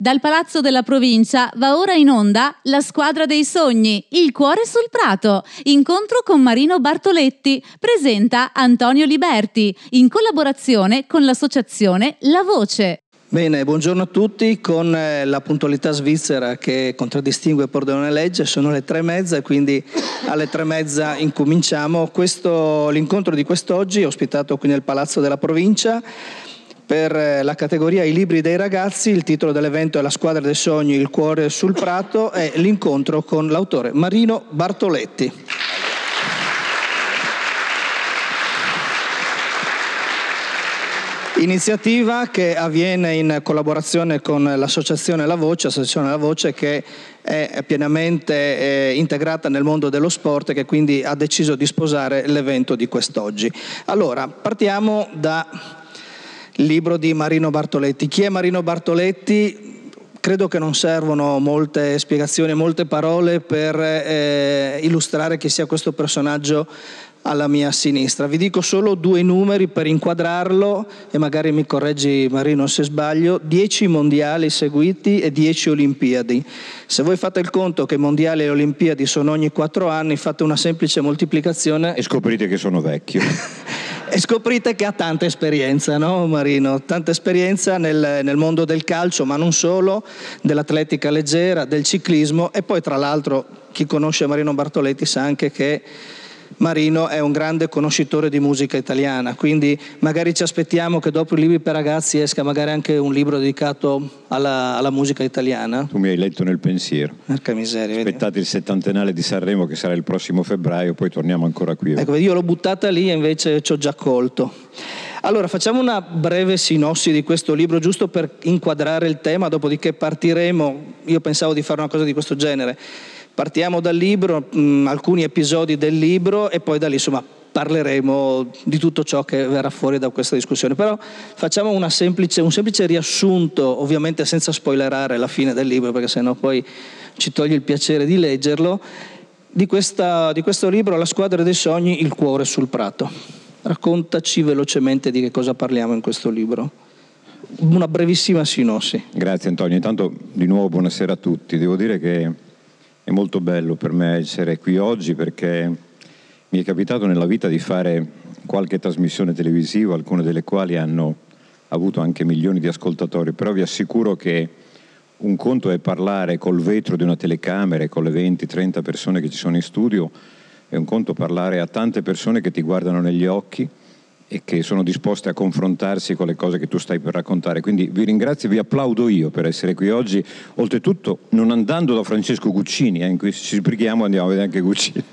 Dal Palazzo della Provincia va ora in onda La Squadra dei Sogni, il cuore sul prato. Incontro con Marino Bartoletti. Presenta Antonio Liberti, in collaborazione con l'associazione La Voce. Bene, buongiorno a tutti. Con la puntualità svizzera che contraddistingue Pordenone Legge, sono le 3:30 e quindi alle 3:30 incominciamo. L'incontro di quest'oggi è ospitato qui nel Palazzo della Provincia per la categoria I libri dei ragazzi. Il titolo dell'evento è La Squadra dei Sogni, il cuore sul prato, e l'incontro con l'autore Marino Bartoletti. Iniziativa che avviene in collaborazione con l'associazione La Voce, che è pienamente integrata nel mondo dello sport e che quindi ha deciso di sposare l'evento di quest'oggi. Allora, partiamo dal libro di Marino Bartoletti. Chi è Marino Bartoletti? Credo che non servono molte spiegazioni, molte parole per illustrare chi sia questo personaggio alla mia sinistra. Vi dico solo 2 numeri per inquadrarlo e magari mi correggi Marino se sbaglio: 10 mondiali seguiti e 10 Olimpiadi. Se voi fate il conto che mondiali e Olimpiadi sono ogni 4 anni, fate una semplice moltiplicazione e scoprite che sono vecchio. E scoprite che ha tanta esperienza, no Marino? Tanta esperienza nel mondo del calcio, ma non solo, dell'atletica leggera, del ciclismo. E poi tra l'altro chi conosce Marino Bartoletti sa anche che Marino è un grande conoscitore di musica italiana, quindi magari ci aspettiamo che dopo i libri per ragazzi esca magari anche un libro dedicato alla musica italiana. Tu mi hai letto nel pensiero. Porca miseria. Aspettate il 70ennale di Sanremo, che sarà il prossimo febbraio, poi torniamo ancora qui. Ecco, io l'ho buttata lì e invece ci ho già colto. Allora, facciamo una breve sinossi di questo libro, giusto per inquadrare il tema, dopodiché partiremo. Io pensavo di fare una cosa di questo genere. Partiamo dal libro, alcuni episodi del libro, e poi da lì insomma parleremo di tutto ciò che verrà fuori da questa discussione. Però facciamo un semplice riassunto, ovviamente senza spoilerare la fine del libro, perché sennò poi ci toglie il piacere di leggerlo, di questo libro, La Squadra dei Sogni, il cuore sul prato. Raccontaci velocemente di che cosa parliamo in questo libro. Una brevissima sinossi. Grazie Antonio, intanto di nuovo buonasera a tutti. Devo dire che è molto bello per me essere qui oggi, perché mi è capitato nella vita di fare qualche trasmissione televisiva, alcune delle quali hanno avuto anche milioni di ascoltatori, però vi assicuro che un conto è parlare col vetro di una telecamera e con le 20-30 persone che ci sono in studio, è un conto parlare a tante persone che ti guardano negli occhi e che sono disposte a confrontarsi con le cose che tu stai per raccontare. Quindi vi ringrazio e vi applaudo io per essere qui oggi, oltretutto non andando da Francesco Guccini, in cui ci sbrighiamo, andiamo a vedere anche Guccini.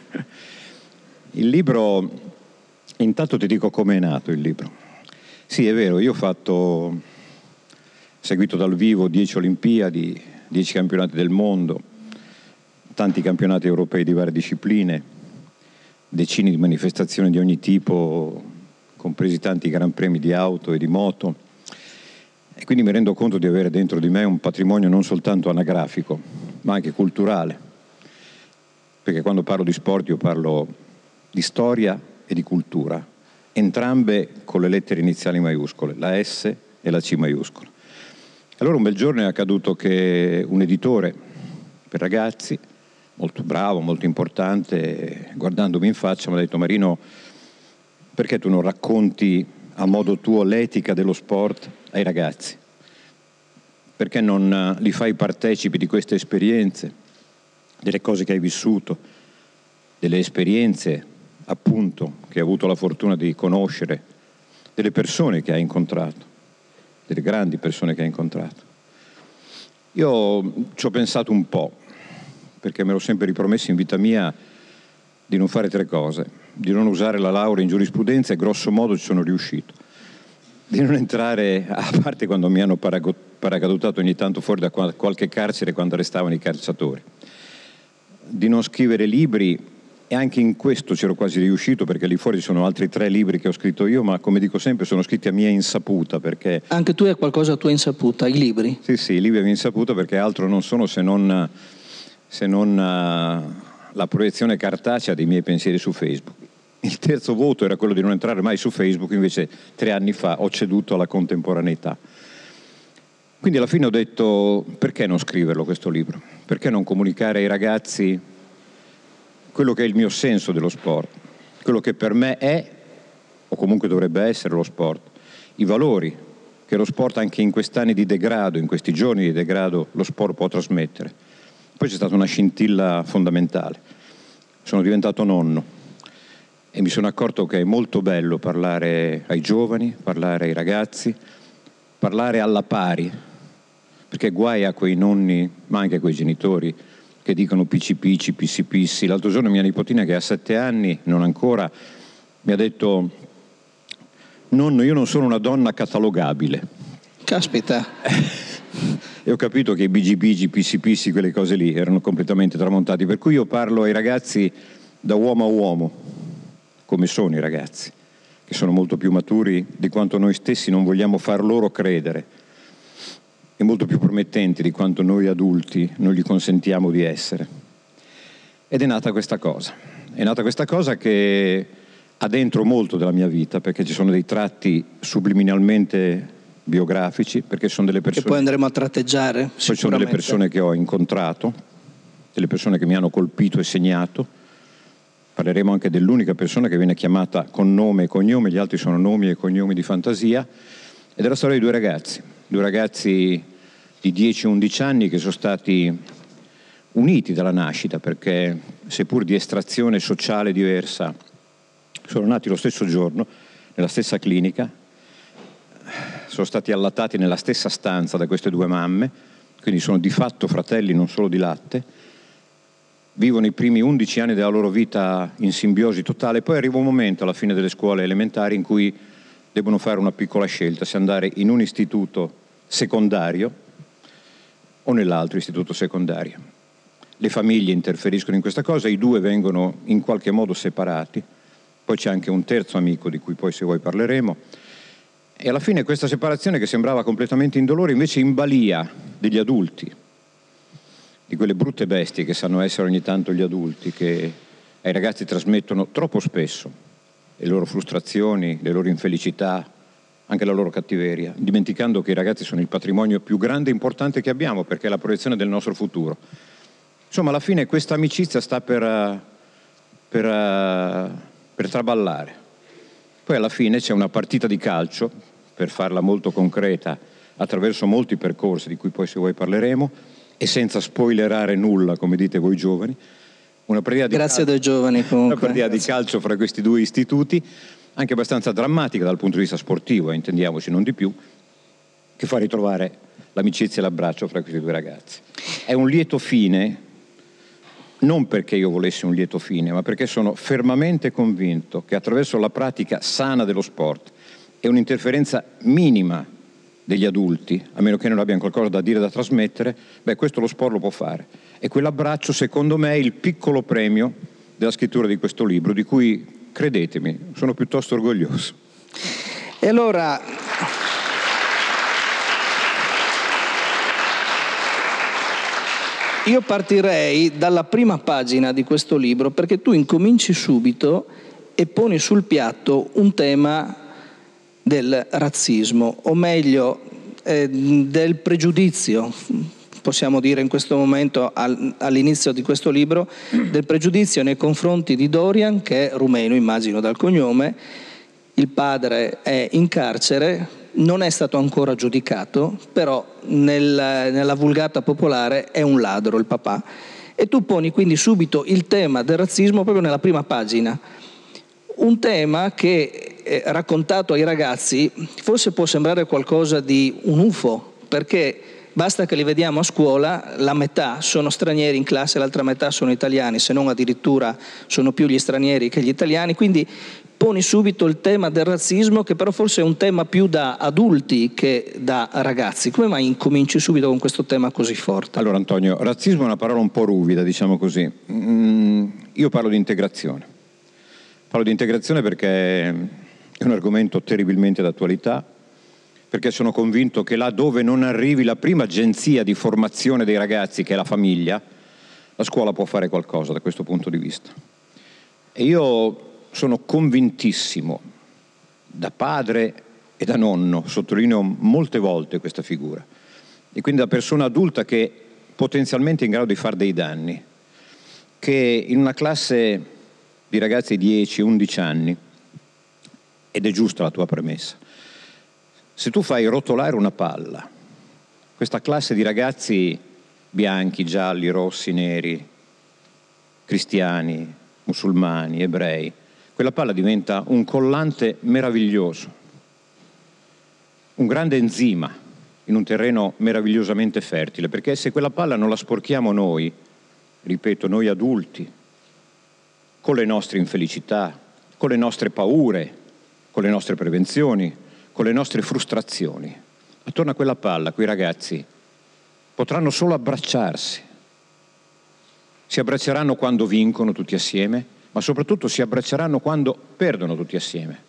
Il libro, intanto ti dico com'è nato il libro. Sì, è vero, io ho seguito dal vivo 10 Olimpiadi, 10 campionati del mondo, tanti campionati europei di varie discipline, decine di manifestazioni di ogni tipo, compresi tanti gran premi di auto e di moto, e quindi mi rendo conto di avere dentro di me un patrimonio non soltanto anagrafico ma anche culturale, perché quando parlo di sport io parlo di storia e di cultura, entrambe con le lettere iniziali maiuscole, la S e la C maiuscola. Allora un bel giorno è accaduto che un editore per ragazzi molto bravo, molto importante, guardandomi in faccia mi ha detto: Marino, perché tu non racconti a modo tuo l'etica dello sport ai ragazzi? Perché non li fai partecipi di queste esperienze, delle cose che hai vissuto, delle esperienze appunto che hai avuto la fortuna di conoscere, delle persone che hai incontrato, delle grandi persone che hai incontrato? Io ci ho pensato un po', perché me l'ho sempre ripromesso in vita mia di non fare 3 cose: di non usare la laurea in giurisprudenza, e grosso modo ci sono riuscito, di non entrare, a parte quando mi hanno paracadutato ogni tanto fuori da qualche carcere quando restavano i calciatori, di non scrivere libri, e anche in questo c'ero quasi riuscito, perché lì fuori ci sono altri 3 libri che ho scritto io, ma come dico sempre sono scritti a mia insaputa, perché... Anche tu hai qualcosa a tua insaputa, i libri? Sì, i libri a mia insaputa, perché altro non sono se non la proiezione cartacea dei miei pensieri su Facebook. Il terzo voto era quello di non entrare mai su Facebook, invece 3 anni fa ho ceduto alla contemporaneità. Quindi alla fine ho detto: perché non scriverlo questo libro? Perché non comunicare ai ragazzi quello che è il mio senso dello sport, quello che per me è, o comunque dovrebbe essere, lo sport, i valori che lo sport, anche in quest'anni di degrado, in questi giorni di degrado, lo sport può trasmettere. Poi c'è stata una scintilla fondamentale. Sono diventato nonno e mi sono accorto che è molto bello parlare ai giovani, parlare ai ragazzi, parlare alla pari, perché guai a quei nonni, ma anche a quei genitori che dicono pici pici, pissi pissi. L'altro giorno mia nipotina, che ha 7 anni, non ancora, mi ha detto: nonno, io non sono una donna catalogabile. Caspita. E ho capito che i bigi bigi, pissi pissi, quelle cose lì erano completamente tramontati, per cui io parlo ai ragazzi da uomo a uomo, come sono i ragazzi, che sono molto più maturi di quanto noi stessi non vogliamo far loro credere, e molto più promettenti di quanto noi adulti non gli consentiamo di essere. Ed è nata questa cosa che ha dentro molto della mia vita, perché ci sono dei tratti subliminalmente biografici, perché sono delle persone che poi andremo a tratteggiare. Poi sono delle persone che ho incontrato, delle persone che mi hanno colpito e segnato. Parleremo anche dell'unica persona che viene chiamata con nome e cognome, gli altri sono nomi e cognomi di fantasia, ed è la storia di due ragazzi di 10-11 anni che sono stati uniti dalla nascita, perché seppur di estrazione sociale diversa sono nati lo stesso giorno, nella stessa clinica, sono stati allattati nella stessa stanza da queste due mamme, quindi sono di fatto fratelli, non solo di latte, vivono i primi 11 anni della loro vita in simbiosi totale, poi arriva un momento alla fine delle scuole elementari in cui devono fare una piccola scelta, se andare in un istituto secondario o nell'altro istituto secondario. Le famiglie interferiscono in questa cosa, i due vengono in qualche modo separati, poi c'è anche un terzo amico di cui poi, se vuoi, parleremo, e alla fine questa separazione, che sembrava completamente indolore, invece in balia degli adulti, di quelle brutte bestie che sanno essere ogni tanto gli adulti, che ai ragazzi trasmettono troppo spesso le loro frustrazioni, le loro infelicità, anche la loro cattiveria, dimenticando che i ragazzi sono il patrimonio più grande e importante che abbiamo, perché è la proiezione del nostro futuro. Insomma, alla fine questa amicizia sta per traballare. Poi alla fine c'è una partita di calcio, per farla molto concreta, attraverso molti percorsi di cui poi, se vuoi, parleremo, e senza spoilerare nulla, come dite voi giovani. Una partita dei giovani, comunque. Una partita di calcio fra questi due istituti, anche abbastanza drammatica dal punto di vista sportivo, intendiamoci, non di più, che fa ritrovare l'amicizia e l'abbraccio fra questi due ragazzi. È un lieto fine, non perché io volessi un lieto fine, ma perché sono fermamente convinto che attraverso la pratica sana dello sport e un'interferenza minima degli adulti, a meno che non abbiano qualcosa da dire, da trasmettere, questo lo sport lo può fare. E quell'abbraccio, secondo me, è il piccolo premio della scrittura di questo libro, di cui, credetemi, sono piuttosto orgoglioso. E allora, io partirei dalla prima pagina di questo libro, perché tu incominci subito e poni sul piatto un tema del razzismo, o meglio del pregiudizio, possiamo dire in questo momento, all'inizio di questo libro, del pregiudizio nei confronti di Dorian, che è rumeno, immagino dal cognome. Il padre è in carcere, non è stato ancora giudicato, però nella vulgata popolare è un ladro il papà. E tu poni quindi subito il tema del razzismo proprio nella prima pagina. Un tema che, raccontato ai ragazzi, forse può sembrare qualcosa di un UFO, perché basta che li vediamo a scuola, la metà sono stranieri in classe, l'altra metà sono italiani, se non addirittura sono più gli stranieri che gli italiani, quindi poni subito il tema del razzismo, che però forse è un tema più da adulti che da ragazzi. Come mai incominci subito con questo tema così forte? Allora, Antonio, razzismo è una parola un po' ruvida, diciamo così. Io parlo di integrazione. Parlo di integrazione perché è un argomento terribilmente d'attualità, perché sono convinto che là dove non arrivi la prima agenzia di formazione dei ragazzi, che è la famiglia, la scuola può fare qualcosa da questo punto di vista. E io sono convintissimo, da padre e da nonno, sottolineo molte volte questa figura, e quindi da persona adulta che potenzialmente è in grado di fare dei danni, che in una classe di ragazzi di 10-11 anni, ed è giusta la tua premessa, se tu fai rotolare una palla, questa classe di ragazzi bianchi, gialli, rossi, neri, cristiani, musulmani, ebrei, quella palla diventa un collante meraviglioso, un grande enzima in un terreno meravigliosamente fertile, perché se quella palla non la sporchiamo noi, ripeto, noi adulti, con le nostre infelicità, con le nostre paure, con le nostre prevenzioni, con le nostre frustrazioni, attorno a quella palla quei ragazzi potranno solo abbracciarsi. Si abbracceranno quando vincono tutti assieme, ma soprattutto si abbracceranno quando perdono tutti assieme,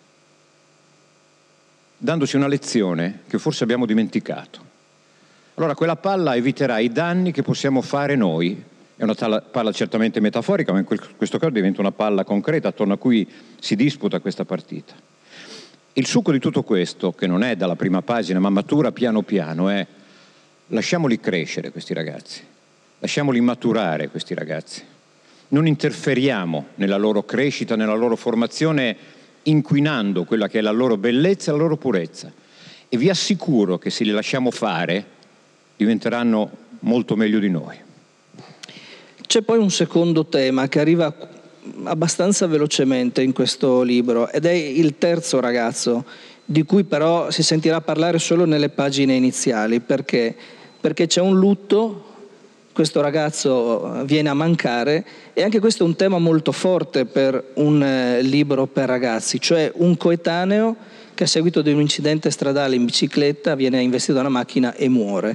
dandoci una lezione che forse abbiamo dimenticato. Allora quella palla eviterà i danni che possiamo fare noi. È una palla certamente metaforica, ma in questo caso diventa una palla concreta attorno a cui si disputa questa partita. Il succo di tutto questo, che non è dalla prima pagina ma matura piano piano, è: lasciamoli crescere questi ragazzi, lasciamoli maturare questi ragazzi, non interferiamo nella loro crescita, nella loro formazione, inquinando quella che è la loro bellezza e la loro purezza, e vi assicuro che se li lasciamo fare diventeranno molto meglio di noi. C'è poi un secondo tema che arriva abbastanza velocemente in questo libro, ed è il terzo ragazzo, di cui però si sentirà parlare solo nelle pagine iniziali. Perché c'è un lutto, questo ragazzo viene a mancare, e anche questo è un tema molto forte per un libro per ragazzi, cioè un coetaneo che a seguito di un incidente stradale in bicicletta viene investito da una macchina e muore.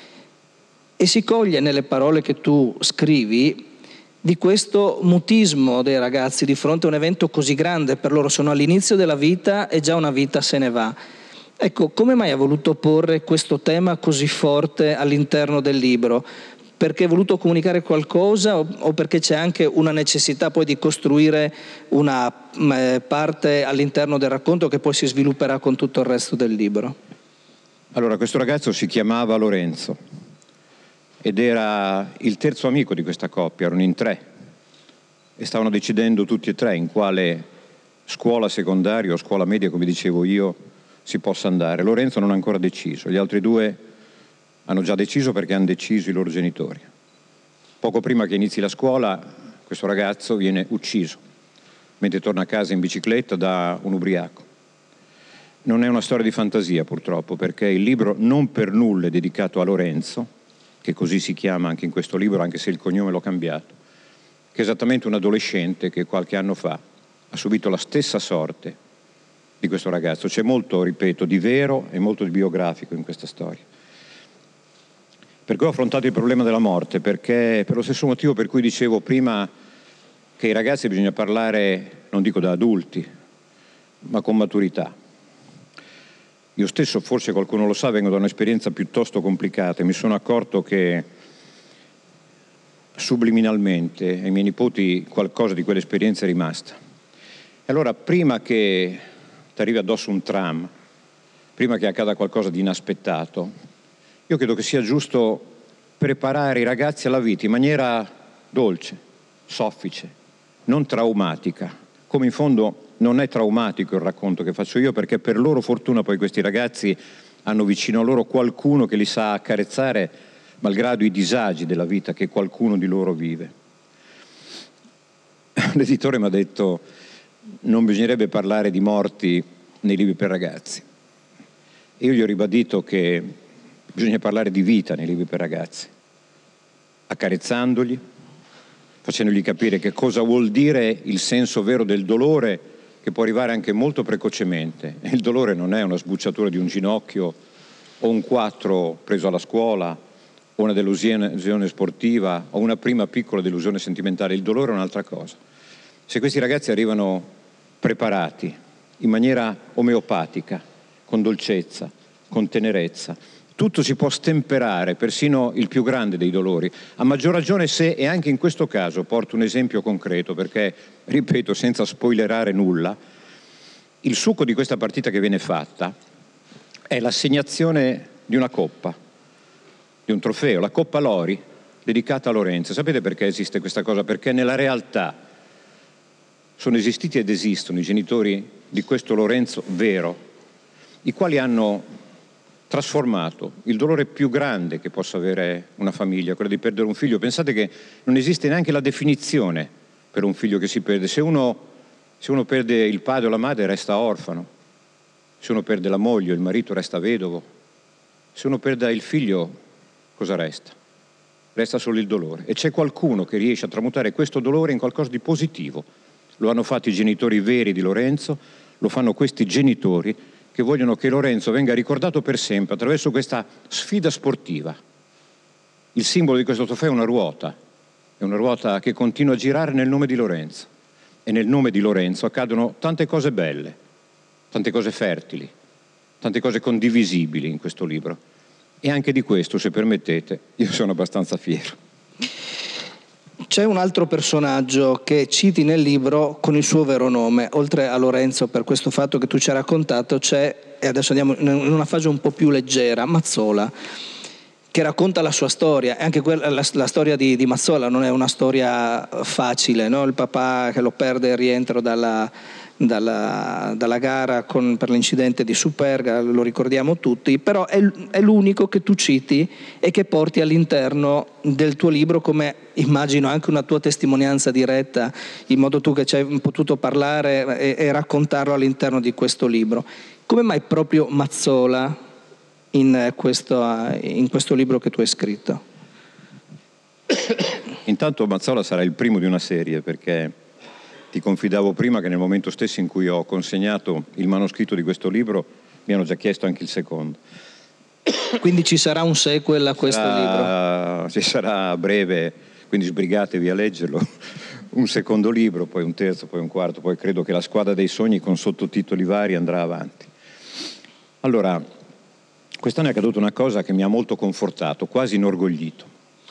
E si coglie nelle parole che tu scrivi di questo mutismo dei ragazzi di fronte a un evento così grande per loro. Sono all'inizio della vita e già una vita se ne va. Ecco, come mai hai voluto porre questo tema così forte all'interno del libro? Perché hai voluto comunicare qualcosa o perché c'è anche una necessità poi di costruire una parte all'interno del racconto che poi si svilupperà con tutto il resto del libro? Allora, questo ragazzo si chiamava Lorenzo ed era il terzo amico di questa coppia, erano in 3 e stavano decidendo tutti e 3 in quale scuola secondaria o scuola media, come dicevo io, si possa andare. Lorenzo non ha ancora deciso, gli altri 2 hanno già deciso perché hanno deciso i loro genitori. Poco prima che inizi la scuola, questo ragazzo viene ucciso mentre torna a casa in bicicletta da un ubriaco. Non è una storia di fantasia, purtroppo, perché il libro non per nulla è dedicato a Lorenzo, che così si chiama anche in questo libro, anche se il cognome l'ho cambiato, che è esattamente un adolescente che qualche anno fa ha subito la stessa sorte di questo ragazzo. C'è molto, ripeto, di vero e molto di biografico in questa storia. Perché ho affrontato il problema della morte? Perché per lo stesso motivo per cui dicevo prima che ai ragazzi bisogna parlare, non dico da adulti, ma con maturità. Io stesso, forse qualcuno lo sa, vengo da un'esperienza piuttosto complicata e mi sono accorto che subliminalmente ai miei nipoti qualcosa di quell'esperienza è rimasta. E allora, prima che ti arrivi addosso un tram, prima che accada qualcosa di inaspettato, io credo che sia giusto preparare i ragazzi alla vita in maniera dolce, soffice, non traumatica, come in fondo non è traumatico il racconto che faccio io, perché per loro fortuna poi questi ragazzi hanno vicino a loro qualcuno che li sa accarezzare malgrado i disagi della vita che qualcuno di loro vive. L'editore mi ha detto: non bisognerebbe parlare di morti nei libri per ragazzi. E io gli ho ribadito che bisogna parlare di vita nei libri per ragazzi, accarezzandoli, facendogli capire che cosa vuol dire il senso vero del dolore, che può arrivare anche molto precocemente. E il dolore non è una sbucciatura di un ginocchio o un 4 preso alla scuola o una delusione sportiva o una prima piccola delusione sentimentale. Il dolore è un'altra cosa. Se questi ragazzi arrivano preparati in maniera omeopatica, con dolcezza, con tenerezza, tutto si può stemperare, persino il più grande dei dolori, a maggior ragione se, e anche in questo caso porto un esempio concreto perché, ripeto, senza spoilerare nulla, il succo di questa partita che viene fatta è l'assegnazione di una coppa di un trofeo, la Coppa Lori, dedicata a Lorenzo. Sapete perché esiste questa cosa? Perché nella realtà sono esistiti ed esistono i genitori di questo Lorenzo vero, i quali hanno trasformato il dolore più grande che possa avere una famiglia, quello di perdere un figlio. Pensate che non esiste neanche la definizione per un figlio che si perde. Se uno perde il padre o la madre resta orfano, se uno perde la moglie o il marito resta vedovo, se uno perde il figlio cosa resta? Resta solo il dolore. E c'è qualcuno che riesce a tramutare questo dolore in qualcosa di positivo. Lo hanno fatto i genitori veri di Lorenzo, lo fanno questi genitori che vogliono che Lorenzo venga ricordato per sempre attraverso questa sfida sportiva. Il simbolo di questo trofeo è una ruota che continua a girare nel nome di Lorenzo. E nel nome di Lorenzo accadono tante cose belle, tante cose fertili, tante cose condivisibili in questo libro. E anche di questo, se permettete, io sono abbastanza fiero. C'è un altro personaggio che citi nel libro con il suo vero nome, oltre a Lorenzo, per questo fatto che tu ci hai raccontato, c'è, e adesso andiamo in una fase un po' più leggera, Mazzola, che racconta la sua storia. E anche la storia di Mazzola non è una storia facile, no? Il papà che lo perde al rientro dalla gara per l'incidente di Superga, lo ricordiamo tutti, però è l'unico che tu citi e che porti all'interno del tuo libro, come immagino anche una tua testimonianza diretta, in modo tu che ci hai potuto parlare e raccontarlo all'interno di questo libro. Come mai proprio Mazzola in questo libro che tu hai scritto? Intanto Mazzola sarà il primo di una serie, perché ti confidavo prima che nel momento stesso in cui ho consegnato il manoscritto di questo libro mi hanno già chiesto anche il secondo. Quindi ci sarà un sequel a questo libro? Ci sarà a breve, quindi sbrigatevi a leggerlo, un secondo libro, poi un terzo, poi un quarto, poi credo che La squadra dei sogni con sottotitoli vari andrà avanti. Allora, quest'anno è accaduta una cosa che mi ha molto confortato, quasi inorgoglito.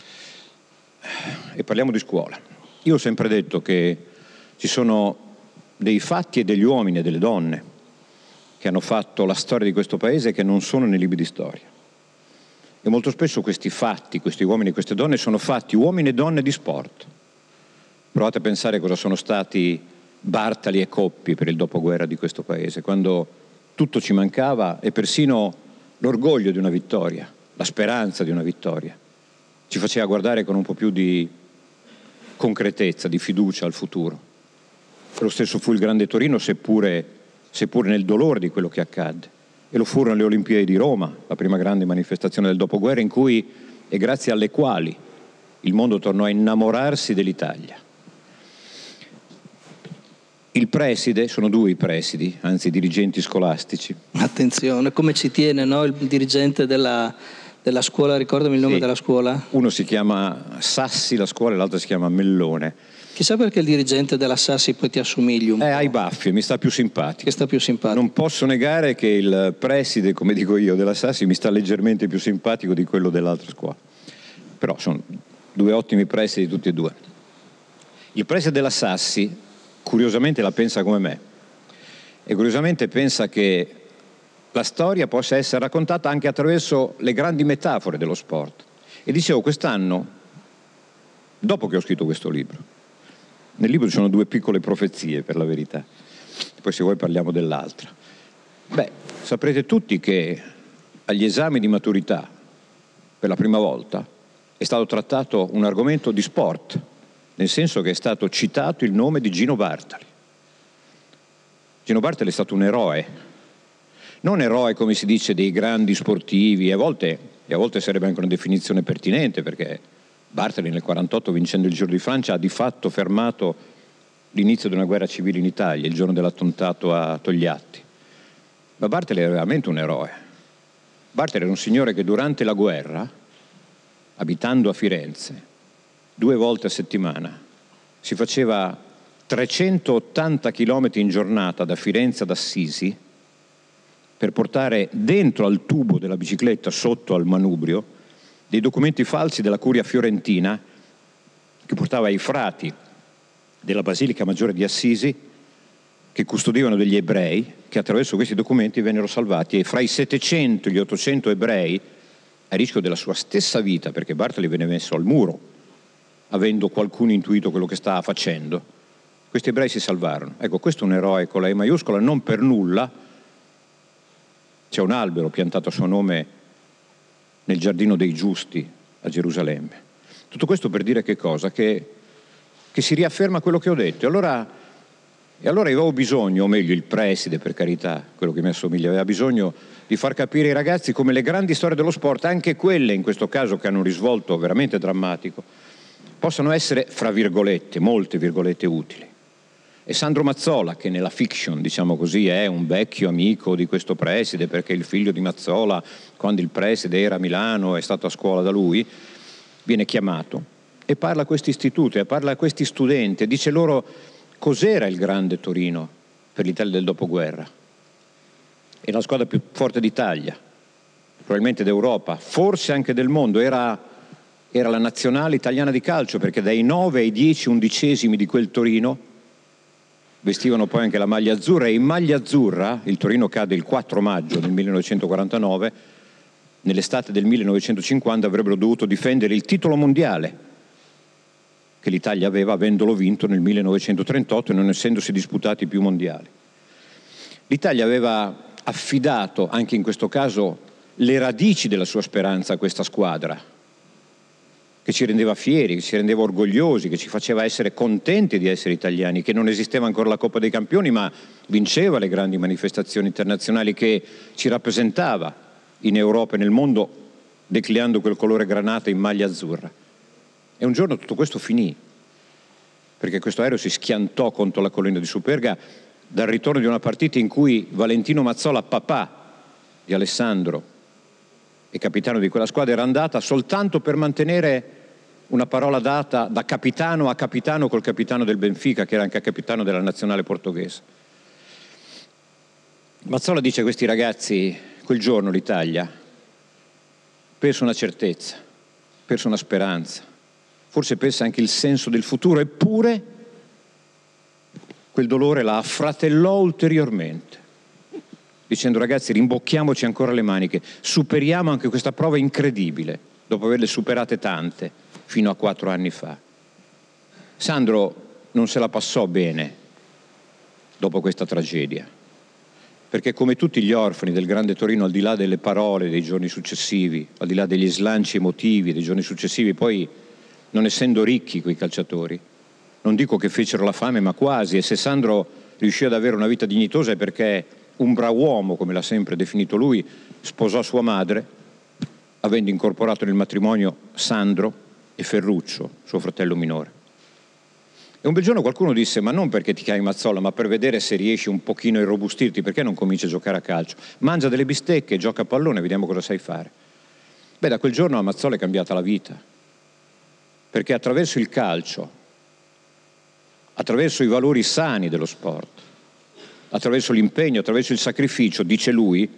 E parliamo di scuola. Io ho sempre detto che ci sono dei fatti e degli uomini e delle donne che hanno fatto la storia di questo paese che non sono nei libri di storia. E molto spesso questi fatti, questi uomini e queste donne sono fatti uomini e donne di sport. Provate a pensare cosa sono stati Bartali e Coppi per il dopoguerra di questo paese, quando tutto ci mancava e persino l'orgoglio di una vittoria, la speranza di una vittoria, ci faceva guardare con un po' più di concretezza, di fiducia al futuro. Lo stesso fu il Grande Torino, seppure nel dolore di quello che accadde. E lo furono le Olimpiadi di Roma, la prima grande manifestazione del dopoguerra, in cui e grazie alle quali il mondo tornò a innamorarsi dell'Italia. Il preside, sono due i presidi, anzi i dirigenti scolastici. Attenzione, come ci tiene, no? Il dirigente della scuola, ricordami il nome della scuola? Uno si chiama Sassi, la scuola, e l'altro si chiama Mellone. Chissà perché il dirigente della Sassi poi ti assomigli un po'. Ha i baffi, mi sta più simpatico. Che sta più simpatico. Non posso negare che il preside, come dico io, della Sassi mi sta leggermente più simpatico di quello dell'altra scuola. Però sono due ottimi presidi tutti e due. Il preside della Sassi, curiosamente, la pensa come me. E curiosamente pensa che la storia possa essere raccontata anche attraverso le grandi metafore dello sport. E dicevo, quest'anno, dopo che ho scritto questo libro, nel libro ci sono due piccole profezie, per la verità, poi se vuoi parliamo dell'altra. Saprete tutti che agli esami di maturità, per la prima volta, è stato trattato un argomento di sport, nel senso che è stato citato il nome di Gino Bartali. Gino Bartali è stato un eroe, non eroe come si dice dei grandi sportivi, e a volte sarebbe anche una definizione pertinente, perché Bartali nel 1948, vincendo il Giro di Francia, ha di fatto fermato l'inizio di una guerra civile in Italia, il giorno dell'attentato a Togliatti. Ma Bartali era veramente un eroe. Bartali era un signore che durante la guerra, abitando a Firenze, 2 volte a settimana, si faceva 380 chilometri in giornata da Firenze ad Assisi per portare dentro al tubo della bicicletta, sotto al manubrio, dei documenti falsi della curia fiorentina che portava ai frati della Basilica Maggiore di Assisi, che custodivano degli ebrei, che attraverso questi documenti vennero salvati, e fra i 700 e gli 800 ebrei a rischio della sua stessa vita, perché Bartoli venne messo al muro, avendo qualcuno intuito quello che stava facendo, questi ebrei si salvarono. Ecco, questo è un eroe con la E maiuscola, non per nulla c'è un albero piantato a suo nome nel Giardino dei Giusti a Gerusalemme. Tutto questo per dire che cosa? Che si riafferma quello che ho detto. E allora io avevo bisogno, o meglio il preside, per carità, quello che mi assomiglia, aveva bisogno di far capire ai ragazzi come le grandi storie dello sport, anche quelle in questo caso che hanno un risvolto veramente drammatico, possano essere, fra virgolette, molte virgolette, utili. E Sandro Mazzola, che nella fiction, diciamo così, è un vecchio amico di questo preside, perché il figlio di Mazzola, quando il preside era a Milano, è stato a scuola da lui, viene chiamato e parla a questi istituti, e parla a questi studenti, e dice loro cos'era il grande Torino per l'Italia del dopoguerra. Era la squadra più forte d'Italia, probabilmente d'Europa, forse anche del mondo, era la nazionale italiana di calcio, perché dai 9 ai 10 undicesimi di quel Torino vestivano poi anche la maglia azzurra, e in maglia azzurra il Torino cade il 4 maggio del 1949, nell'estate del 1950 avrebbero dovuto difendere il titolo mondiale che l'Italia aveva, avendolo vinto nel 1938 e non essendosi disputati più mondiali. L'Italia aveva affidato anche in questo caso le radici della sua speranza a questa squadra, che ci rendeva fieri, che ci rendeva orgogliosi, che ci faceva essere contenti di essere italiani, che non esisteva ancora la Coppa dei Campioni, ma vinceva le grandi manifestazioni internazionali, che ci rappresentava in Europa e nel mondo declinando quel colore granata in maglia azzurra. E un giorno tutto questo finì, perché questo aereo si schiantò contro la collina di Superga dal ritorno di una partita in cui Valentino Mazzola, papà di Alessandro e capitano di quella squadra, era andata soltanto per mantenere una parola data da capitano a capitano col capitano del Benfica, che era anche capitano della nazionale portoghese. Mazzola dice a questi ragazzi: quel giorno l'Italia perse una certezza, perse una speranza, forse perse anche il senso del futuro, eppure quel dolore la affratellò ulteriormente, dicendo: ragazzi, rimbocchiamoci ancora le maniche, superiamo anche questa prova incredibile, dopo averle superate tante fino a 4 anni fa. Sandro non se la passò bene dopo questa tragedia, perché come tutti gli orfani del grande Torino, al di là delle parole dei giorni successivi, al di là degli slanci emotivi dei giorni successivi, poi non essendo ricchi quei calciatori, non dico che fecero la fame, ma quasi, e se Sandro riuscì ad avere una vita dignitosa è perché un brav'uomo, come l'ha sempre definito lui, sposò sua madre, avendo incorporato nel matrimonio Sandro e Ferruccio, suo fratello minore. E un bel giorno qualcuno disse: ma non perché ti chiami Mazzola, ma per vedere se riesci un pochino a irrobustirti, perché non cominci a giocare a calcio? Mangia delle bistecche, gioca a pallone, vediamo cosa sai fare. Beh, da quel giorno a Mazzola è cambiata la vita, perché attraverso il calcio, attraverso i valori sani dello sport, attraverso l'impegno, attraverso il sacrificio, dice lui,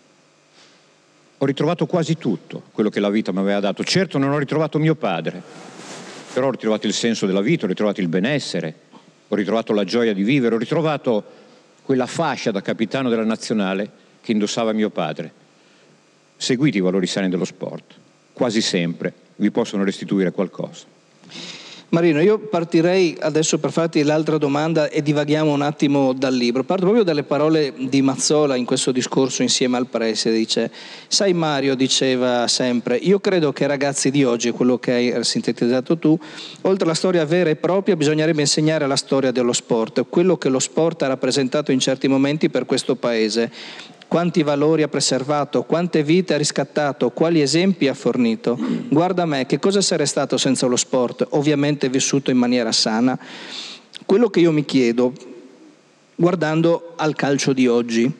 ho ritrovato quasi tutto quello che la vita mi aveva dato. Certo non ho ritrovato mio padre, però ho ritrovato il senso della vita, ho ritrovato il benessere, ho ritrovato la gioia di vivere, ho ritrovato quella fascia da capitano della nazionale che indossava mio padre. Seguite i valori sani dello sport, quasi sempre vi possono restituire qualcosa. Marino, io partirei adesso per farti l'altra domanda e divaghiamo un attimo dal libro. Parto proprio dalle parole di Mazzola in questo discorso insieme al preside. Dice: sai Mario, diceva sempre, io credo che ai ragazzi di oggi, quello che hai sintetizzato tu, oltre alla storia vera e propria bisognerebbe insegnare la storia dello sport, quello che lo sport ha rappresentato in certi momenti per questo paese. Quanti valori ha preservato, quante vite ha riscattato, quali esempi ha fornito. Guarda me, che cosa sarei stato senza lo sport? Ovviamente vissuto in maniera sana. Quello che io mi chiedo, guardando al calcio di oggi,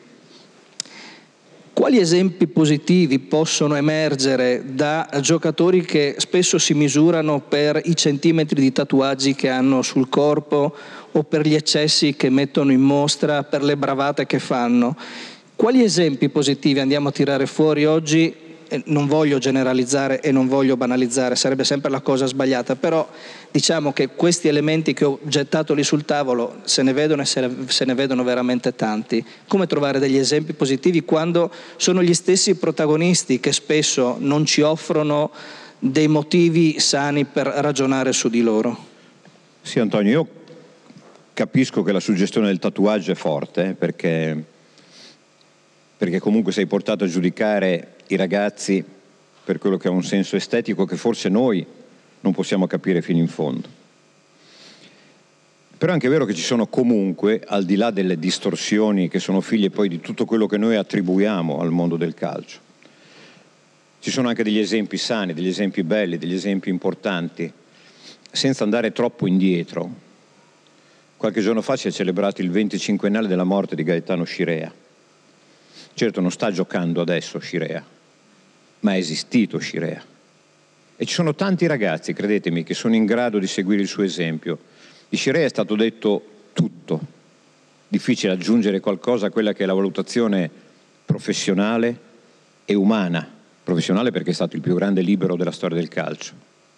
quali esempi positivi possono emergere da giocatori che spesso si misurano per i centimetri di tatuaggi che hanno sul corpo o per gli eccessi che mettono in mostra, per le bravate che fanno? Quali esempi positivi andiamo a tirare fuori oggi non voglio generalizzare e non voglio banalizzare, sarebbe sempre la cosa sbagliata, però diciamo che questi elementi che ho gettato lì sul tavolo se ne vedono e se ne vedono veramente tanti. Come trovare degli esempi positivi quando sono gli stessi protagonisti che spesso non ci offrono dei motivi sani per ragionare su di loro? Sì, Antonio, io capisco che la suggestione del tatuaggio è forte, perché comunque sei portato a giudicare i ragazzi per quello che ha un senso estetico che forse noi non possiamo capire fino in fondo. Però è anche vero che ci sono comunque, al di là delle distorsioni che sono figlie poi di tutto quello che noi attribuiamo al mondo del calcio, ci sono anche degli esempi sani, degli esempi belli, degli esempi importanti. Senza andare troppo indietro, qualche giorno fa si è celebrato il 25ennale della morte di Gaetano Scirea. Certo non sta giocando adesso Scirea, ma è esistito Scirea. E ci sono tanti ragazzi, credetemi, che sono in grado di seguire il suo esempio. Di Scirea è stato detto tutto. Difficile aggiungere qualcosa a quella che è la valutazione professionale e umana. Professionale perché è stato il più grande libero della storia del calcio.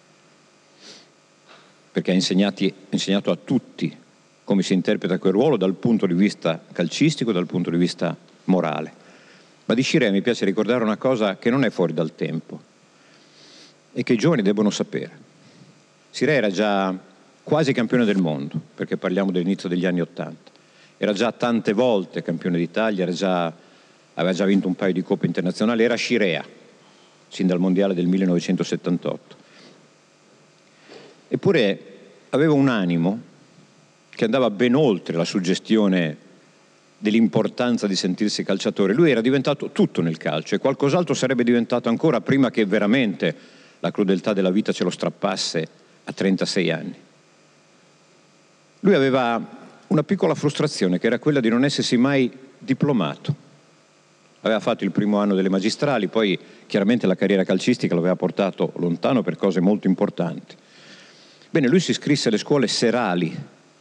Perché ha insegnato a tutti come si interpreta quel ruolo dal punto di vista calcistico, dal punto di vista morale. Ma di Scirea mi piace ricordare una cosa che non è fuori dal tempo e che i giovani debbono sapere. Scirea era già quasi campione del mondo, perché parliamo dell'inizio degli anni '80. Era già tante volte campione d'Italia, aveva già vinto un paio di coppe internazionali, era Scirea, sin dal mondiale del 1978. Eppure aveva un animo che andava ben oltre la suggestione dell'importanza di sentirsi calciatore. Lui era diventato tutto nel calcio e qualcos'altro sarebbe diventato ancora prima che veramente la crudeltà della vita ce lo strappasse a 36 anni. Lui aveva una piccola frustrazione che era quella di non essersi mai diplomato. Aveva fatto il primo anno delle magistrali, poi chiaramente la carriera calcistica l'aveva portato lontano per cose molto importanti. Bene, lui si iscrisse alle scuole serali,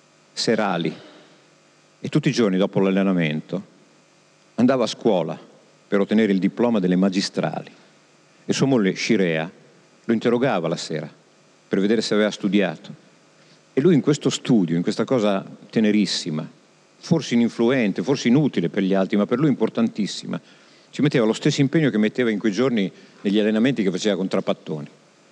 e tutti i giorni dopo l'allenamento andava a scuola per ottenere il diploma delle magistrali e sua moglie Scirea lo interrogava la sera per vedere se aveva studiato e lui in questo studio, in questa cosa tenerissima, forse ininfluente, forse inutile per gli altri, ma per lui importantissima, ci metteva lo stesso impegno che metteva in quei giorni negli allenamenti che faceva con Trapattoni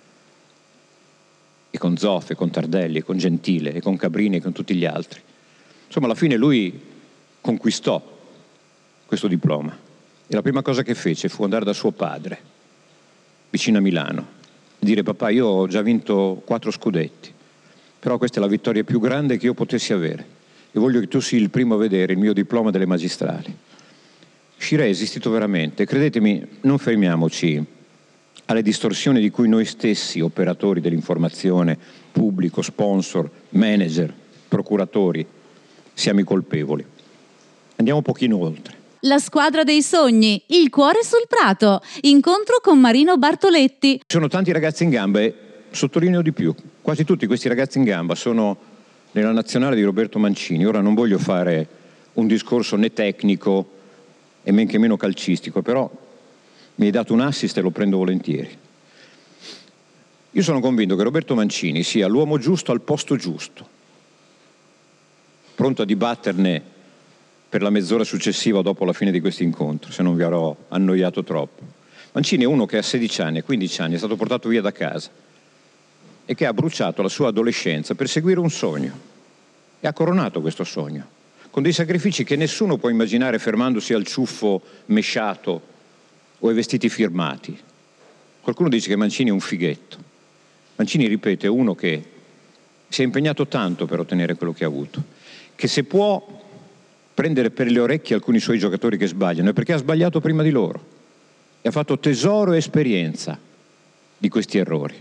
e con Zoff, e con Tardelli, e con Gentile, e con Cabrini, e con tutti gli altri. Insomma, alla fine lui conquistò questo diploma e la prima cosa che fece fu andare da suo padre, vicino a Milano, e dire: papà, io ho già vinto 4 scudetti, però questa è la vittoria più grande che io potessi avere e voglio che tu sii il primo a vedere il mio diploma delle magistrali. Scirea è esistito veramente. Credetemi, non fermiamoci alle distorsioni di cui noi stessi, operatori dell'informazione, pubblico, sponsor, manager, procuratori, siamo i colpevoli. Andiamo un pochino oltre. La squadra dei sogni, il cuore sul prato, incontro con Marino Bartoletti. Ci sono tanti ragazzi in gamba e sottolineo di più, quasi tutti questi ragazzi in gamba sono nella nazionale di Roberto Mancini. Ora non voglio fare un discorso né tecnico e men che meno calcistico, però mi hai dato un assist e lo prendo volentieri. Io sono convinto che Roberto Mancini sia l'uomo giusto al posto giusto, pronto a dibatterne per la mezz'ora successiva dopo la fine di questo incontro, se non vi avrò annoiato troppo. Mancini è uno che a 16 anni e 15 anni è stato portato via da casa e che ha bruciato la sua adolescenza per seguire un sogno e ha coronato questo sogno con dei sacrifici che nessuno può immaginare fermandosi al ciuffo mesciato o ai vestiti firmati. Qualcuno dice che Mancini è un fighetto. Mancini, ripeto, è uno che si è impegnato tanto per ottenere quello che ha avuto, che se può prendere per le orecchie alcuni suoi giocatori che sbagliano è perché ha sbagliato prima di loro e ha fatto tesoro e esperienza di questi errori.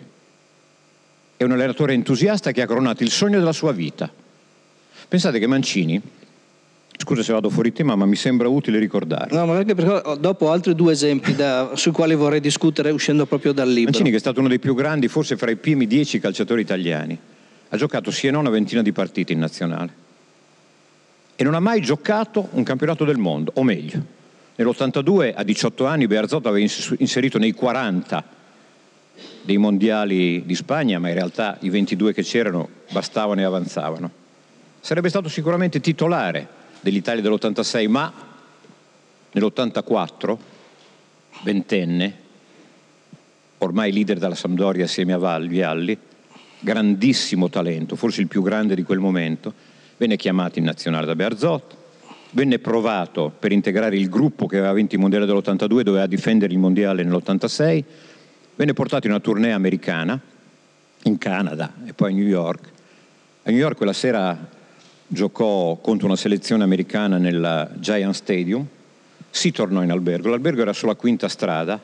È un allenatore entusiasta che ha coronato il sogno della sua vita. Pensate che Mancini, scusa se vado fuori tema, ma mi sembra utile ricordarlo. No, ma anche perché dopo altri 2 esempi sui quali vorrei discutere uscendo proprio dal libro. Mancini, che è stato uno dei più grandi, forse fra i primi 10 calciatori italiani, ha giocato sì e no una ventina di partite in nazionale e non ha mai giocato un campionato del mondo, o meglio, Nell'82, a 18 anni, Bearzot aveva inserito nei 40 dei mondiali di Spagna, ma in realtà i 22 che c'erano bastavano e avanzavano. Sarebbe stato sicuramente titolare dell'Italia dell'86, ma nell'84, ventenne, ormai leader della Sampdoria assieme a Vialli, grandissimo talento, forse il più grande di quel momento, venne chiamato in nazionale da Bearzot, venne provato per integrare il gruppo che aveva vinto il mondiale dell'82, doveva difendere il mondiale nell'86, venne portato in una tournée americana, in Canada e poi a New York. A New York quella sera giocò contro una selezione americana nel Giant Stadium, si tornò in albergo, l'albergo era sulla Quinta Strada,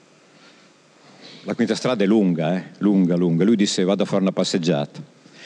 la Quinta Strada è lunga, lunga, lui disse vado a fare una passeggiata.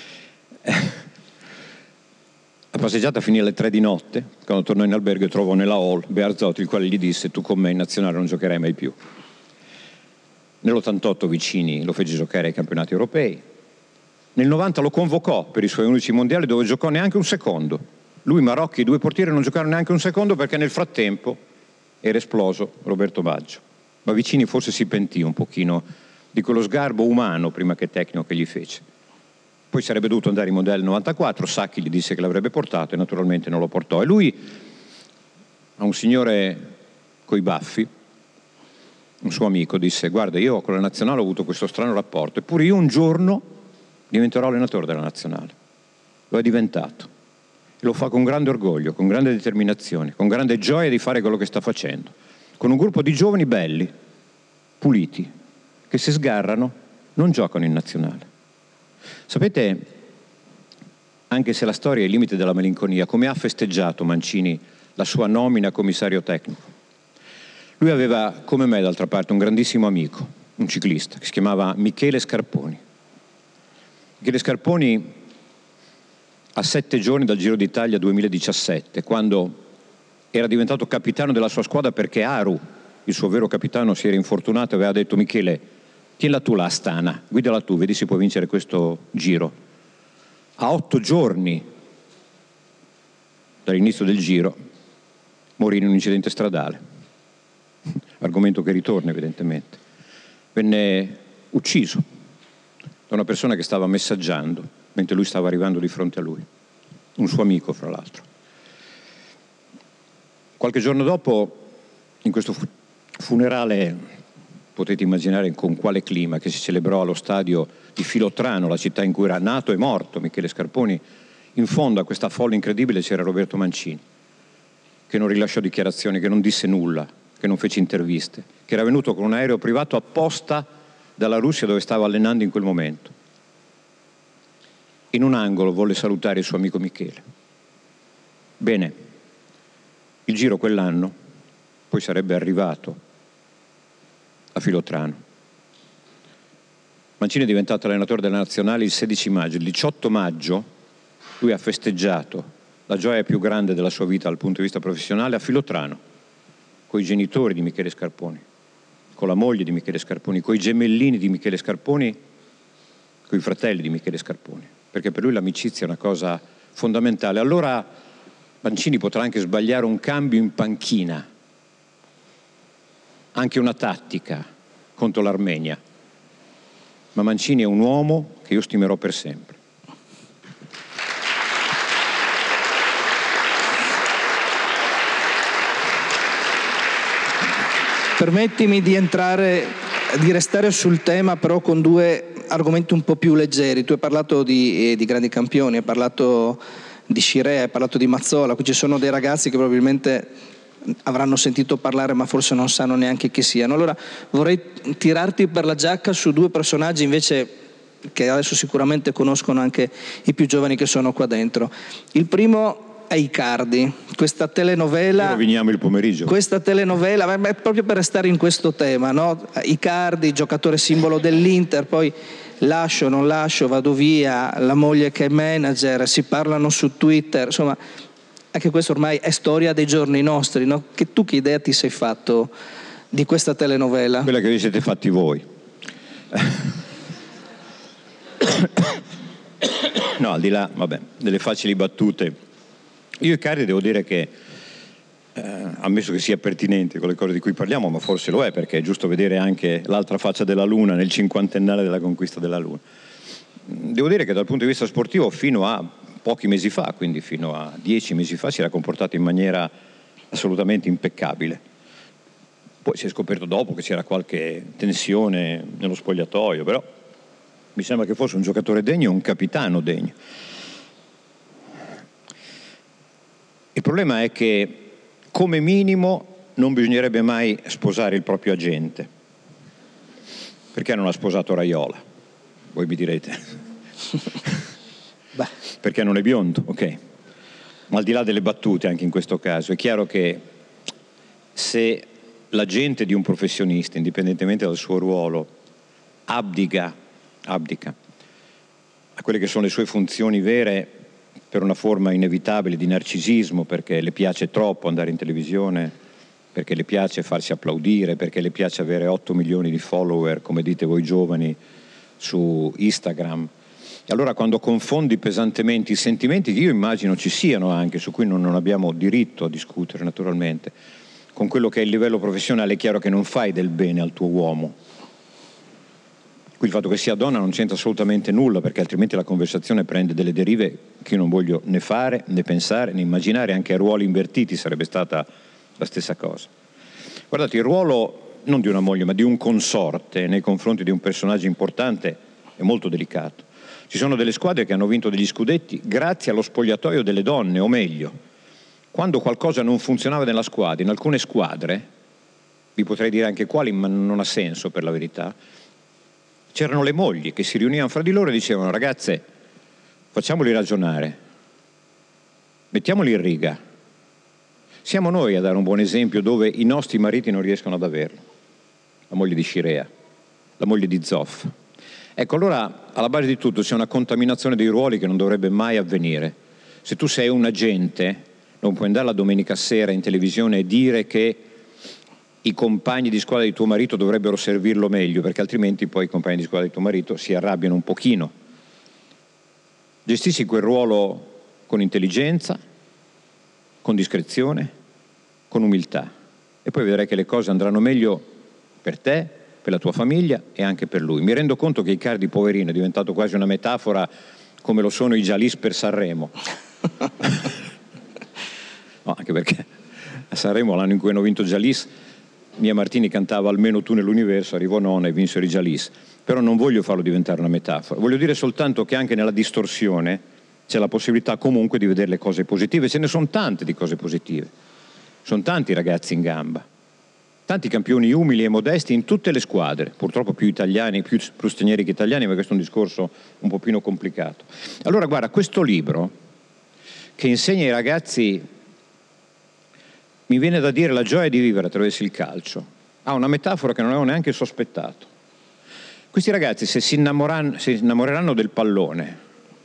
La passeggiata finì alle 3 di notte, quando tornò in albergo e trovò nella hall Bearzot, il quale gli disse tu con me in nazionale non giocherai mai più. Nell'88 Vicini lo fece giocare ai campionati europei, nel 90 lo convocò per i suoi unici mondiali dove giocò neanche un secondo. Lui, Marocchi e i due portieri non giocarono neanche un secondo perché nel frattempo era esploso Roberto Baggio. Ma Vicini forse si pentì un pochino di quello sgarbo umano prima che tecnico che gli fece. Poi sarebbe dovuto andare in mondiale nel 94, Sacchi gli disse che l'avrebbe portato e naturalmente non lo portò. E lui, a un signore coi baffi, un suo amico, disse guarda io con la nazionale ho avuto questo strano rapporto, eppure io un giorno diventerò allenatore della nazionale. Lo è diventato. E lo fa con grande orgoglio, con grande determinazione, con grande gioia di fare quello che sta facendo. Con un gruppo di giovani belli, puliti, che se sgarrano non giocano in nazionale. Sapete, anche se la storia è il limite della malinconia, come ha festeggiato Mancini la sua nomina a commissario tecnico? Lui aveva, come me d'altra parte, un grandissimo amico, un ciclista, che si chiamava Michele Scarponi. Michele Scarponi, a 7 giorni dal Giro d'Italia 2017, quando era diventato capitano della sua squadra perché Aru, il suo vero capitano, si era infortunato e aveva detto Michele, tienila tu la Astana, guidala tu, vedi se puoi vincere questo Giro. A 8 giorni dall'inizio del Giro morì in un incidente stradale, argomento che ritorna evidentemente. Venne ucciso da una persona che stava messaggiando mentre lui stava arrivando di fronte a lui, un suo amico fra l'altro. Qualche giorno dopo, in questo funerale, potete immaginare con quale clima, che si celebrò allo stadio di Filotrano, la città in cui era nato e morto Michele Scarponi, in fondo a questa folla incredibile c'era Roberto Mancini, che non rilasciò dichiarazioni, che non disse nulla, che non fece interviste, che era venuto con un aereo privato apposta dalla Russia dove stava allenando in quel momento. In un angolo volle salutare il suo amico Michele. Bene, il Giro quell'anno poi sarebbe arrivato a Filotrano. Mancini è diventato allenatore della nazionale il 16 maggio. Il 18 maggio lui ha festeggiato la gioia più grande della sua vita dal punto di vista professionale a Filotrano, con i genitori di Michele Scarponi, con la moglie di Michele Scarponi, con i gemellini di Michele Scarponi, con i fratelli di Michele Scarponi, perché per lui l'amicizia è una cosa fondamentale. Allora Mancini potrà anche sbagliare un cambio in panchina, anche una tattica contro l'Armenia, ma Mancini è un uomo che io stimerò per sempre. Permettimi di restare sul tema, però con due argomenti un po' più leggeri. Tu hai parlato di grandi campioni, hai parlato di Chiré, hai parlato di Mazzola. Qui ci sono dei ragazzi che probabilmente avranno sentito parlare ma forse non sanno neanche chi siano. Allora vorrei tirarti per la giacca su due personaggi invece che adesso sicuramente conoscono anche i più giovani che sono qua dentro. Il primo è Icardi, questa telenovela. Roviniamo il pomeriggio. Questa telenovela, ma è proprio per restare in questo tema, no? Icardi, giocatore simbolo dell'Inter, poi lascio, non lascio, vado via, la moglie che è manager, si parlano su Twitter, insomma, anche questo ormai è storia dei giorni nostri, no? Che idea ti sei fatto di questa telenovela? Quella che vi siete fatti voi. No, al di là, vabbè, delle facili battute. Io Icardi devo dire che ammesso che sia pertinente con le cose di cui parliamo, ma forse lo è, perché è giusto vedere anche l'altra faccia della Luna nel cinquantennale della conquista della Luna. Devo dire che dal punto di vista sportivo fino a pochi mesi fa, quindi fino a 10 mesi fa, si era comportato in maniera assolutamente impeccabile. Poi si è scoperto dopo che c'era qualche tensione nello spogliatoio, però mi sembra che fosse un giocatore degno, un capitano degno. Il problema è che come minimo non bisognerebbe mai sposare il proprio agente. Perché non ha sposato Raiola? Voi mi direte. Beh. Perché non è biondo, ok. Ma al di là delle battute, anche in questo caso, è chiaro che se l'agente di un professionista, indipendentemente dal suo ruolo, abdica a quelle che sono le sue funzioni vere per una forma inevitabile di narcisismo, perché le piace troppo andare in televisione, perché le piace farsi applaudire, perché le piace avere 8 milioni di follower, come dite voi giovani, su Instagram. E allora quando confondi pesantemente i sentimenti, che io immagino ci siano anche, su cui non abbiamo diritto a discutere naturalmente, con quello che è il livello professionale, è chiaro che non fai del bene al tuo uomo. Qui il fatto che sia donna non c'entra assolutamente nulla, perché altrimenti la conversazione prende delle derive che io non voglio né fare, né pensare, né immaginare. Anche a ruoli invertiti sarebbe stata la stessa cosa. Guardate, il ruolo non di una moglie, ma di un consorte nei confronti di un personaggio importante è molto delicato. Ci sono delle squadre che hanno vinto degli scudetti grazie allo spogliatoio delle donne, o meglio, quando qualcosa non funzionava nella squadra, in alcune squadre, vi potrei dire anche quali, ma non ha senso per la verità, c'erano le mogli che si riunivano fra di loro e dicevano: ragazze, facciamoli ragionare, mettiamoli in riga, siamo noi a dare un buon esempio dove i nostri mariti non riescono ad averlo. La moglie di Scirea, la moglie di Zoff. Ecco, allora alla base di tutto c'è una contaminazione dei ruoli che non dovrebbe mai avvenire. Se tu sei un agente, non puoi andare la domenica sera in televisione e dire che i compagni di squadra di tuo marito dovrebbero servirlo meglio, perché altrimenti poi i compagni di squadra di tuo marito si arrabbiano un pochino. Gestisci quel ruolo con intelligenza, con discrezione, con umiltà, e poi vedrai che le cose andranno meglio per te, per la tua famiglia e anche per lui. Mi rendo conto che Icardi, poverino, è diventato quasi una metafora, come lo sono i Jalis per Sanremo. No, anche perché a Sanremo, l'anno in cui hanno vinto Jalis, Mia Martini cantava Almeno tu nell'universo, arrivò nona e vinsero i Jalis. Però non voglio farlo diventare una metafora, voglio dire soltanto che anche nella distorsione c'è la possibilità comunque di vedere le cose positive. Ce ne sono tante di cose positive, sono tanti ragazzi in gamba, tanti campioni umili e modesti in tutte le squadre, purtroppo più italiani, più stranieri che italiani, ma questo è un discorso un po' più complicato. Allora guarda, questo libro che insegna ai ragazzi, mi viene da dire, la gioia di vivere attraverso il calcio, ha una metafora che non avevo neanche sospettato. Questi ragazzi, se si innamoreranno del pallone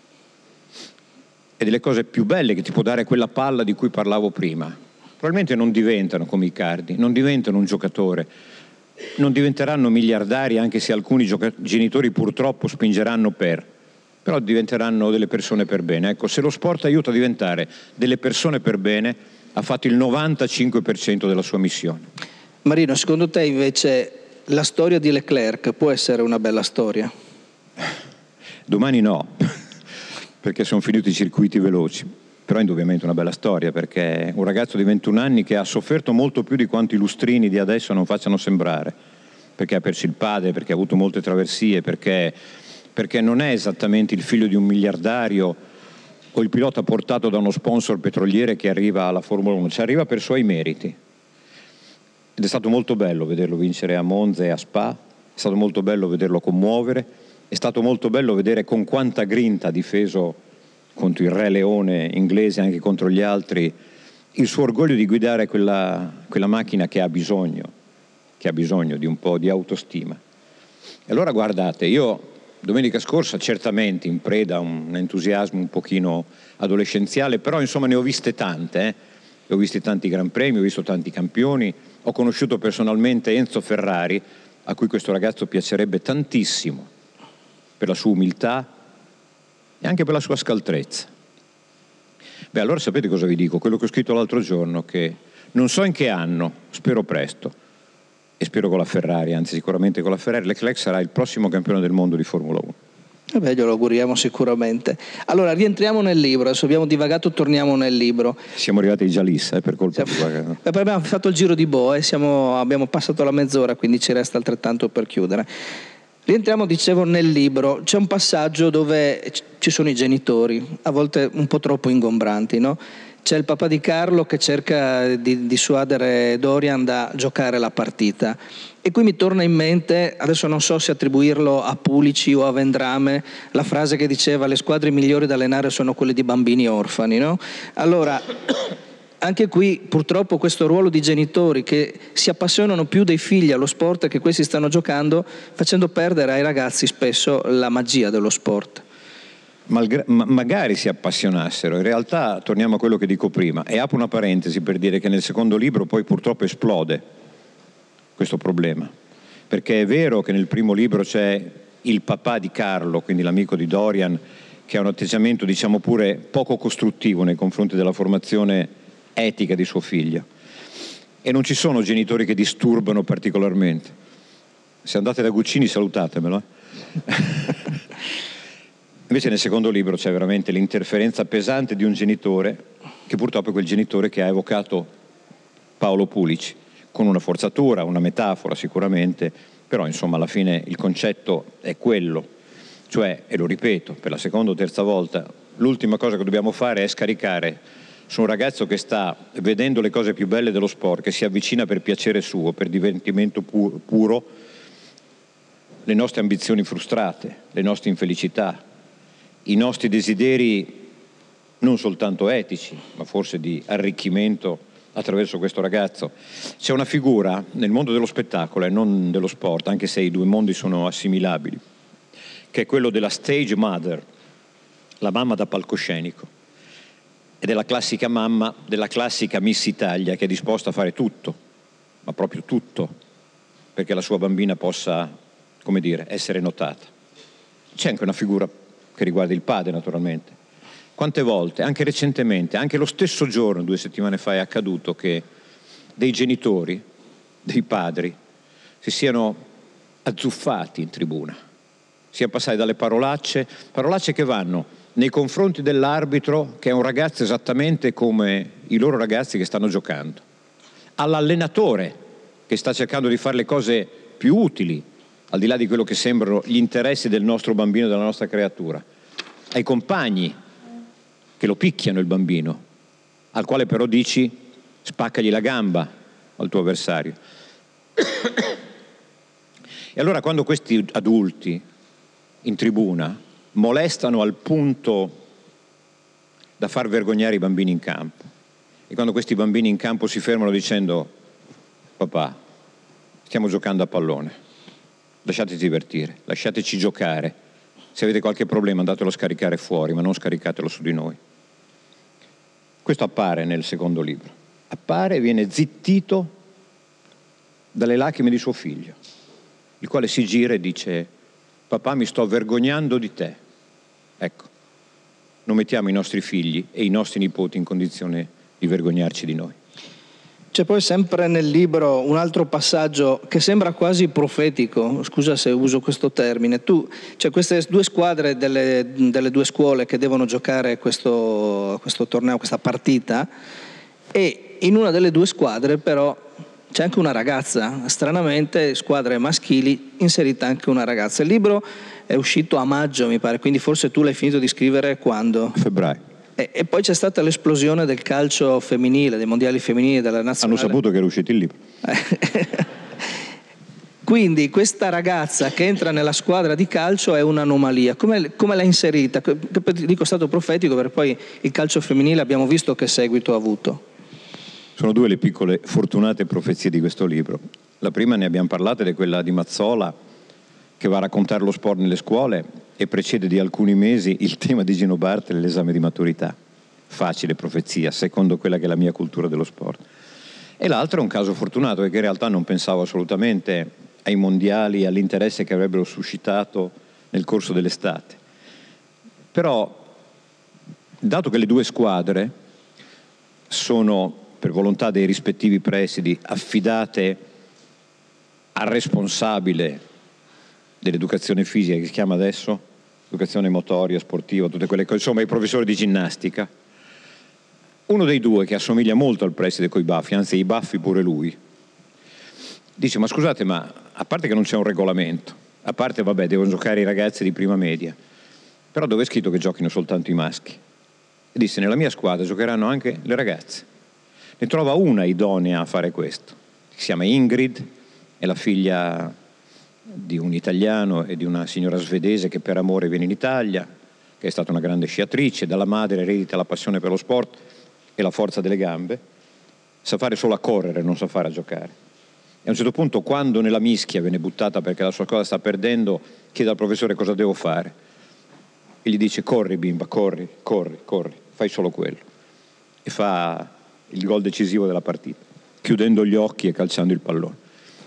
e delle cose più belle che ti può dare quella palla di cui parlavo prima, probabilmente non diventano come Icardi, non diventano un giocatore, non diventeranno miliardari, anche se alcuni genitori purtroppo spingeranno però diventeranno delle persone per bene. Ecco, se lo sport aiuta a diventare delle persone per bene, ha fatto il 95% della sua missione. Marino, secondo te invece la storia di Leclerc può essere una bella storia? Domani no, perché sono finiti i circuiti veloci, però è indubbiamente una bella storia, perché è un ragazzo di 21 anni che ha sofferto molto più di quanto i lustrini di adesso non facciano sembrare, perché ha perso il padre, perché ha avuto molte traversie, perché non è esattamente il figlio di un miliardario o il pilota portato da uno sponsor petroliere che arriva alla Formula 1, ci arriva per suoi meriti. Ed è stato molto bello vederlo vincere a Monza e a Spa, è stato molto bello vederlo commuovere, è stato molto bello vedere con quanta grinta ha difeso contro il Re Leone inglese, anche contro gli altri, il suo orgoglio di guidare quella macchina che ha bisogno di un po' di autostima. E allora guardate, io domenica scorsa certamente in preda a un entusiasmo un pochino adolescenziale, però insomma ne ho viste tante, ho visto tanti Gran Premi, ho visto tanti campioni, ho conosciuto personalmente Enzo Ferrari, a cui questo ragazzo piacerebbe tantissimo per la sua umiltà e anche per la sua scaltrezza. Beh, allora sapete cosa vi dico? Quello che ho scritto l'altro giorno, che non so in che anno, spero presto, e spero con la Ferrari, anzi sicuramente con la Ferrari, Leclerc sarà il prossimo campione del mondo di Formula 1. Vabbè, glielo auguriamo sicuramente. Allora, rientriamo nel libro, adesso abbiamo divagato, torniamo nel libro. Siamo arrivati già lì, per colpa tua. Poi abbiamo fatto il giro di boa e abbiamo passato la mezz'ora, quindi ci resta altrettanto per chiudere. Rientriamo, dicevo, nel libro. C'è un passaggio dove ci sono i genitori, a volte un po' troppo ingombranti, no? C'è il papà di Carlo che cerca di dissuadere Dorian da giocare la partita. E qui mi torna in mente, adesso non so se attribuirlo a Pulici o a Vendrame, la frase che diceva: le squadre migliori da allenare sono quelle di bambini orfani, no? Allora, anche qui purtroppo questo ruolo di genitori che si appassionano più dei figli allo sport che questi stanno giocando, facendo perdere ai ragazzi spesso la magia dello sport. Magari si appassionassero. In realtà torniamo a quello che dico prima, e apro una parentesi per dire che nel secondo libro poi purtroppo esplode questo problema, perché è vero che nel primo libro c'è il papà di Carlo, quindi l'amico di Dorian, che ha un atteggiamento, diciamo pure, poco costruttivo nei confronti della formazione etica di suo figlio, e non ci sono genitori che disturbano particolarmente. Se andate da Guccini salutatemelo. Invece nel secondo libro c'è veramente l'interferenza pesante di un genitore, che purtroppo è quel genitore che ha evocato Paolo Pulici, con una forzatura, una metafora sicuramente, però insomma alla fine il concetto è quello, cioè, e lo ripeto per la seconda o terza volta, l'ultima cosa che dobbiamo fare è scaricare su un ragazzo che sta vedendo le cose più belle dello sport, che si avvicina per piacere suo, per divertimento puro, le nostre ambizioni frustrate, le nostre infelicità, i nostri desideri non soltanto etici, ma forse di arricchimento attraverso questo ragazzo. C'è una figura nel mondo dello spettacolo e non dello sport, anche se i due mondi sono assimilabili, che è quello della stage mother, la mamma da palcoscenico, ed è la classica mamma della classica Miss Italia che è disposta a fare tutto, ma proprio tutto, perché la sua bambina possa, come dire, essere notata. C'è anche una figura che riguarda il padre, naturalmente. Quante volte, anche recentemente, anche lo stesso giorno, 2 settimane fa, è accaduto che dei genitori, dei padri, si siano azzuffati in tribuna, siano passati dalle parolacce che vanno nei confronti dell'arbitro, che è un ragazzo esattamente come i loro ragazzi che stanno giocando, all'allenatore che sta cercando di fare le cose più utili, al di là di quello che sembrano gli interessi del nostro bambino, della nostra creatura, ai compagni che lo picchiano il bambino, al quale però dici: spaccagli la gamba al tuo avversario. E allora quando questi adulti in tribuna molestano al punto da far vergognare i bambini in campo, e quando questi bambini in campo si fermano dicendo: papà, stiamo giocando a pallone, lasciateci divertire, lasciateci giocare, se avete qualche problema andatelo a scaricare fuori, ma non scaricatelo su di noi. Questo appare nel secondo libro, appare e viene zittito dalle lacrime di suo figlio, il quale si gira e dice: papà, mi sto vergognando di te. Ecco, non mettiamo i nostri figli e i nostri nipoti in condizione di vergognarci di noi. C'è poi sempre nel libro un altro passaggio che sembra quasi profetico, scusa se uso questo termine. C'è queste due squadre delle due scuole che devono giocare questo torneo, questa partita, e in una delle due squadre però c'è anche una ragazza, stranamente squadre maschili, inserita anche una ragazza. Il libro è uscito a maggio mi pare, quindi forse tu l'hai finito di scrivere quando? Febbraio. E poi c'è stata l'esplosione del calcio femminile, dei mondiali femminili della nazionale. Hanno saputo che era uscito il libro. Quindi questa ragazza che entra nella squadra di calcio è un'anomalia. Come l'ha inserita? Dico è stato profetico, perché poi il calcio femminile abbiamo visto che seguito ha avuto. Sono due le piccole fortunate profezie di questo libro. La prima ne abbiamo parlato ed è quella di Mazzola, che va a raccontare lo sport nelle scuole e precede di alcuni mesi il tema di Gino Bartoli, l'esame di maturità. Facile profezia, secondo quella che è la mia cultura dello sport. E l'altro è un caso fortunato, perché in realtà non pensavo assolutamente ai mondiali, all'interesse che avrebbero suscitato nel corso dell'estate. Però, dato che le due squadre sono, per volontà dei rispettivi presidi, affidate al responsabile dell'educazione fisica, che si chiama adesso educazione motoria, sportiva, tutte quelle cose, insomma i professori di ginnastica. Uno dei due, che assomiglia molto al preside coi baffi, anzi i baffi pure lui, dice: ma scusate, ma a parte che non c'è un regolamento, a parte vabbè devono giocare i ragazzi di prima media, però dove è scritto che giochino soltanto i maschi? E disse: nella mia squadra giocheranno anche le ragazze. Ne trova una idonea a fare questo, si chiama Ingrid, è la figlia di un italiano e di una signora svedese che per amore viene in Italia, che è stata una grande sciatrice, dalla madre eredita la passione per lo sport e la forza delle gambe, sa fare solo a correre, non sa fare a giocare. E a un certo punto, quando nella mischia viene buttata perché la sua squadra sta perdendo, chiede al professore cosa devo fare e gli dice: corri bimba, corri, fai solo quello, e fa il gol decisivo della partita, chiudendo gli occhi e calciando il pallone.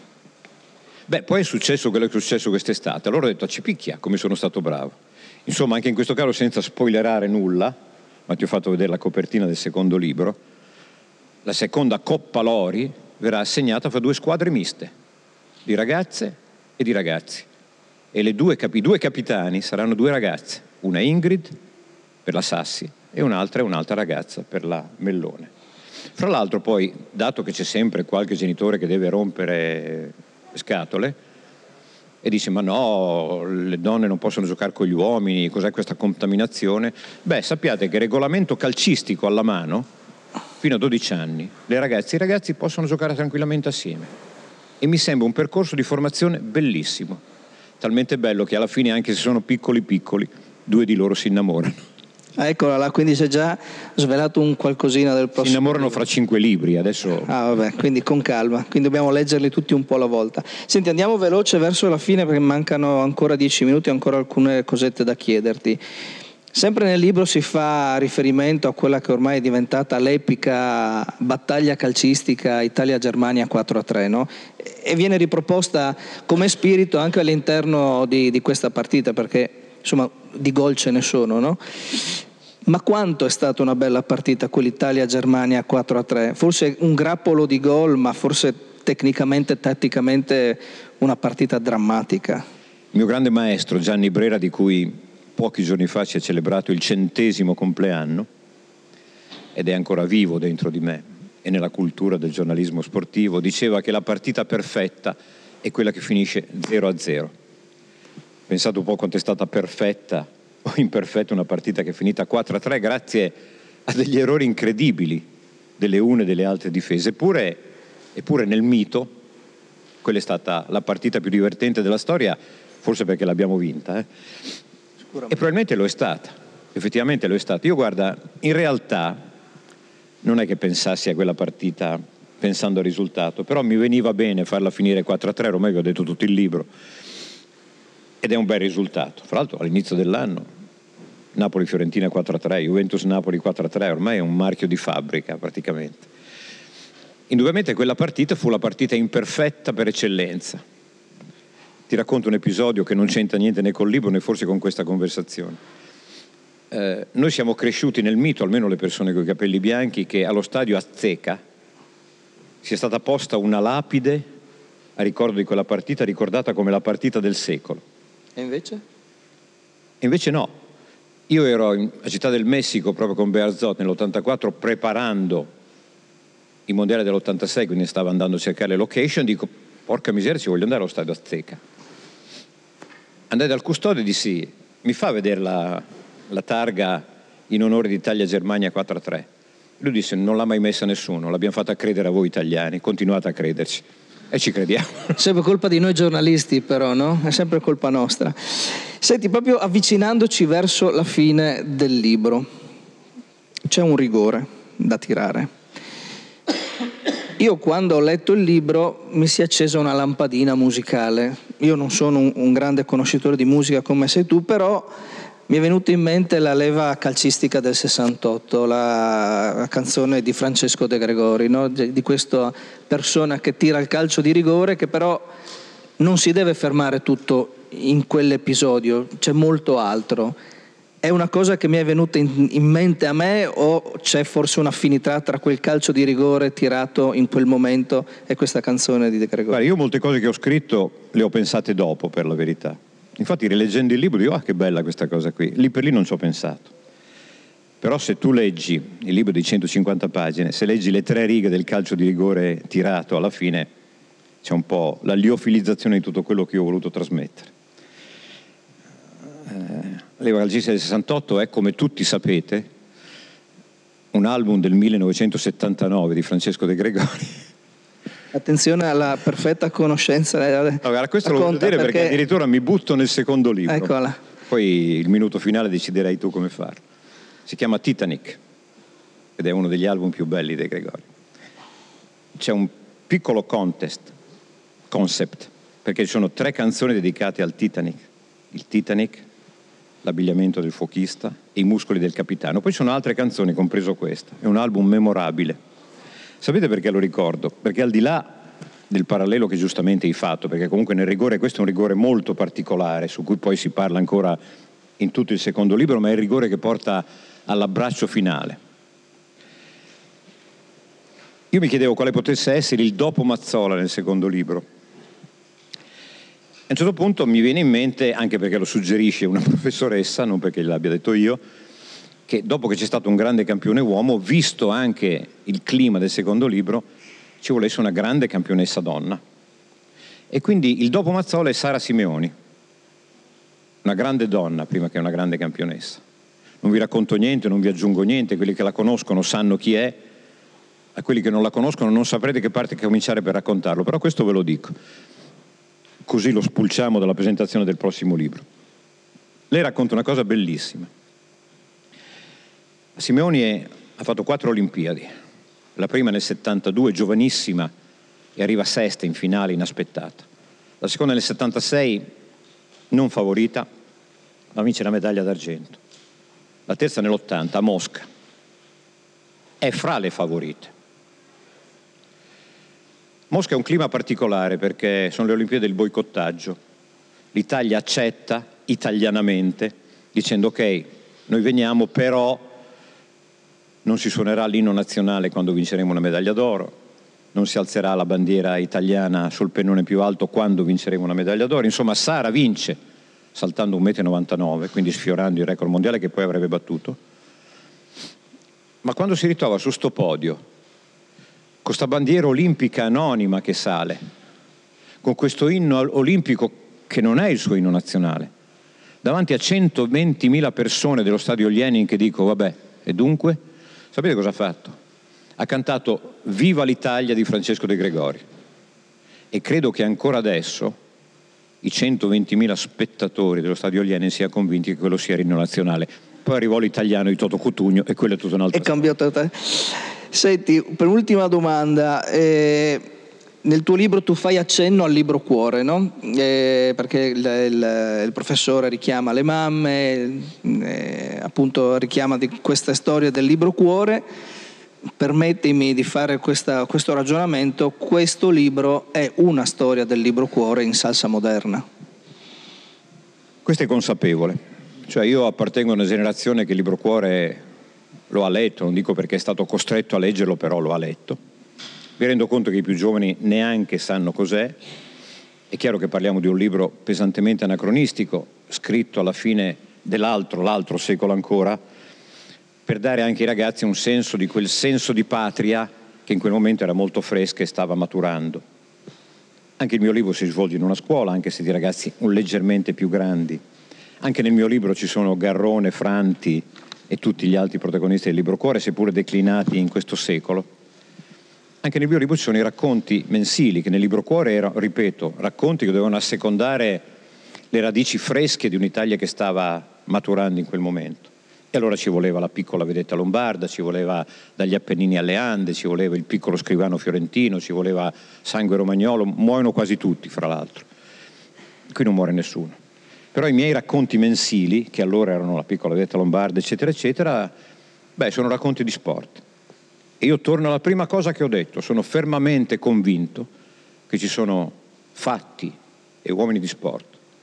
Beh, poi è successo quello che è successo quest'estate, allora ho detto: ci picchia come sono stato bravo. Insomma, anche in questo caso, senza spoilerare nulla, ma ti ho fatto vedere la copertina del secondo libro, la seconda Coppa Lori verrà assegnata fra due squadre miste, di ragazze e di ragazzi, e i due capitani saranno due ragazze, una Ingrid per la Sassi e un'altra è un'altra ragazza per la Mellone. Fra l'altro poi, dato che c'è sempre qualche genitore che deve rompere scatole e dice: ma no, le donne non possono giocare con gli uomini, cos'è questa contaminazione? Beh, sappiate che il regolamento calcistico alla mano, fino a 12 anni, le ragazze e i ragazzi possono giocare tranquillamente assieme, e mi sembra un percorso di formazione bellissimo, talmente bello che alla fine, anche se sono piccoli, due di loro si innamorano. Eccola là, quindi si è già svelato un qualcosina del prossimo. Si innamorano fra 5 libri adesso. Vabbè, quindi con calma, quindi dobbiamo leggerli tutti un po' alla volta. Senti, andiamo veloce verso la fine perché mancano ancora 10 minuti e ancora alcune cosette da chiederti. Sempre nel libro si fa riferimento a quella che ormai è diventata l'epica battaglia calcistica Italia-Germania 4-3, no? E viene riproposta come spirito anche all'interno di questa partita, perché insomma di gol ce ne sono, no? Ma quanto è stata una bella partita quell'Italia-Germania 4-3? Forse un grappolo di gol, ma forse tecnicamente, tatticamente una partita drammatica. Il mio grande maestro Gianni Brera, di cui pochi giorni fa si è celebrato il 100° compleanno ed è ancora vivo dentro di me e nella cultura del giornalismo sportivo, diceva che la partita perfetta è quella che finisce 0-0. Pensate un po' quanto è stata perfetta o imperfetta una partita che è finita 4-3 grazie a degli errori incredibili delle une e delle altre difese. Eppure nel mito quella è stata la partita più divertente della storia, forse perché l'abbiamo vinta, E probabilmente lo è stata, effettivamente lo è stata. Io, guarda, in realtà non è che pensassi a quella partita pensando al risultato, però mi veniva bene farla finire 4-3, ormai vi ho detto tutto il libro, ed è un bel risultato. Fra l'altro all'inizio dell'anno Napoli-Fiorentina 4-3, Juventus-Napoli 4-3, ormai è un marchio di fabbrica praticamente. Indubbiamente quella partita fu la partita imperfetta per eccellenza. Ti racconto un episodio che non c'entra niente né col libro né forse con questa conversazione. Noi siamo cresciuti nel mito, almeno le persone con i capelli bianchi, che allo stadio Azteca sia stata posta una lapide a ricordo di quella partita, ricordata come la partita del secolo. E invece? E invece no. Io ero a Città del Messico proprio con Bearzot nell'84 preparando i mondiali dell'86, quindi stavo andando a cercare le location, dico: porca miseria, ci voglio andare allo stadio Azteca. Andai dal custode e dissi: mi fa vedere la targa in onore di Italia-Germania 4-3? Lui disse: non l'ha mai messa nessuno, l'abbiamo fatta credere a voi italiani, continuate a crederci. E ci crediamo. Sempre colpa di noi giornalisti, però, no? È sempre colpa nostra. Senti, proprio avvicinandoci verso la fine del libro, c'è un rigore da tirare. Io quando ho letto il libro mi si è accesa una lampadina musicale. Io non sono un grande conoscitore di musica come sei tu, però mi è venuta in mente la leva calcistica del 68, la canzone di Francesco De Gregori, no? Di questa persona che tira il calcio di rigore, che però non si deve fermare tutto in quell'episodio, c'è molto altro. È una cosa che mi è venuta in mente a me, o c'è forse un'affinità tra quel calcio di rigore tirato in quel momento e questa canzone di De Gregori? Guarda, io molte cose che ho scritto le ho pensate dopo, per la verità. Infatti, rileggendo il libro dico, che bella questa cosa qui. Lì per lì non ci ho pensato. Però se tu leggi il libro di 150 pagine, se leggi le 3 righe del calcio di rigore tirato, alla fine c'è un po' la liofilizzazione di tutto quello che io ho voluto trasmettere. L'Eva Calcistica del 68 è, come tutti sapete, un album del 1979 di Francesco De Gregori. Attenzione alla perfetta conoscenza. Allora, questo lo voglio dire perché addirittura mi butto nel secondo libro. Eccola. Poi il minuto finale deciderai tu come farlo. Si chiama Titanic ed è uno degli album più belli di De Gregori. C'è un piccolo concept, perché ci sono 3 canzoni dedicate al Titanic. Il Titanic, l'abbigliamento del fuochista e i muscoli del capitano. Poi ci sono altre canzoni, compreso questa. È un album memorabile. Sapete perché lo ricordo? Perché al di là del parallelo che giustamente hai fatto, perché comunque nel rigore, questo è un rigore molto particolare, su cui poi si parla ancora in tutto il secondo libro, ma è il rigore che porta all'abbraccio finale. Io mi chiedevo quale potesse essere il dopo Mazzola nel secondo libro. A un certo punto mi viene in mente, anche perché lo suggerisce una professoressa, non perché l'abbia detto io, che dopo che c'è stato un grande campione uomo, visto anche il clima del secondo libro, ci volesse una grande campionessa donna. E quindi il dopo Mazzola è Sara Simeoni, una grande donna prima che una grande campionessa. Non vi racconto niente, non vi aggiungo niente, quelli che la conoscono sanno chi è, a quelli che non la conoscono non saprete che parte cominciare per raccontarlo, però questo ve lo dico. Così lo spulciamo dalla presentazione del prossimo libro. Lei racconta una cosa bellissima. Simeoni ha fatto 4 Olimpiadi, la prima nel 72, giovanissima, e arriva sesta in finale, inaspettata. La seconda nel 76, non favorita, ma vince la medaglia d'argento. La terza nell'80, a Mosca. È fra le favorite. Mosca è un clima particolare perché sono le Olimpiadi del boicottaggio. L'Italia accetta italianamente dicendo ok, noi veniamo, però non si suonerà l'inno nazionale quando vinceremo una medaglia d'oro, non si alzerà la bandiera italiana sul pennone più alto quando vinceremo una medaglia d'oro. Insomma, Sara vince saltando 1,99 m, quindi sfiorando il record mondiale che poi avrebbe battuto. Ma quando si ritrova su sto podio, con sta bandiera olimpica anonima che sale, con questo inno olimpico che non è il suo inno nazionale, davanti a 120.000 persone dello stadio Lenin che dico vabbè, e dunque? Sapete cosa ha fatto? Ha cantato Viva l'Italia di Francesco De Gregori, e credo che ancora adesso i 120.000 spettatori dello stadio Lenin siano convinti che quello sia l'inno nazionale. Poi arrivò l'italiano di Toto Cutugno e quello è tutto un altro. E cambiò totale. Senti, per un'ultima domanda, nel tuo libro tu fai accenno al libro Cuore, no? Perché il professore richiama le mamme, appunto richiama di questa storia del libro Cuore. Permettimi di fare questo ragionamento. Questo libro è una storia del libro Cuore in salsa moderna. Questo è consapevole. Cioè io appartengo a una generazione che il libro Cuore lo ha letto, non dico perché è stato costretto a leggerlo, però lo ha letto. Mi rendo conto che i più giovani neanche sanno cos'è. È chiaro che parliamo di un libro pesantemente anacronistico, scritto alla fine l'altro secolo ancora, per dare anche ai ragazzi un senso di quel senso di patria che in quel momento era molto fresca e stava maturando. Anche il mio libro si svolge in una scuola, anche se di ragazzi leggermente più grandi. Anche nel mio libro ci sono Garrone, Franti e tutti gli altri protagonisti del libro Cuore, seppure declinati in questo secolo. Anche nel mio libro ci sono i racconti mensili, che nel libro Cuore erano, ripeto, racconti che dovevano assecondare le radici fresche di un'Italia che stava maturando in quel momento. E allora ci voleva la piccola vedetta lombarda, ci voleva dagli Appennini alle Ande, ci voleva il piccolo scrivano fiorentino, ci voleva sangue romagnolo. Muoiono quasi tutti, fra l'altro. Qui non muore nessuno. Però i miei racconti mensili, che allora erano la piccola vedetta lombarda, eccetera, eccetera, sono racconti di sport. E io torno alla prima cosa che ho detto, sono fermamente convinto che ci sono fatti e uomini di sport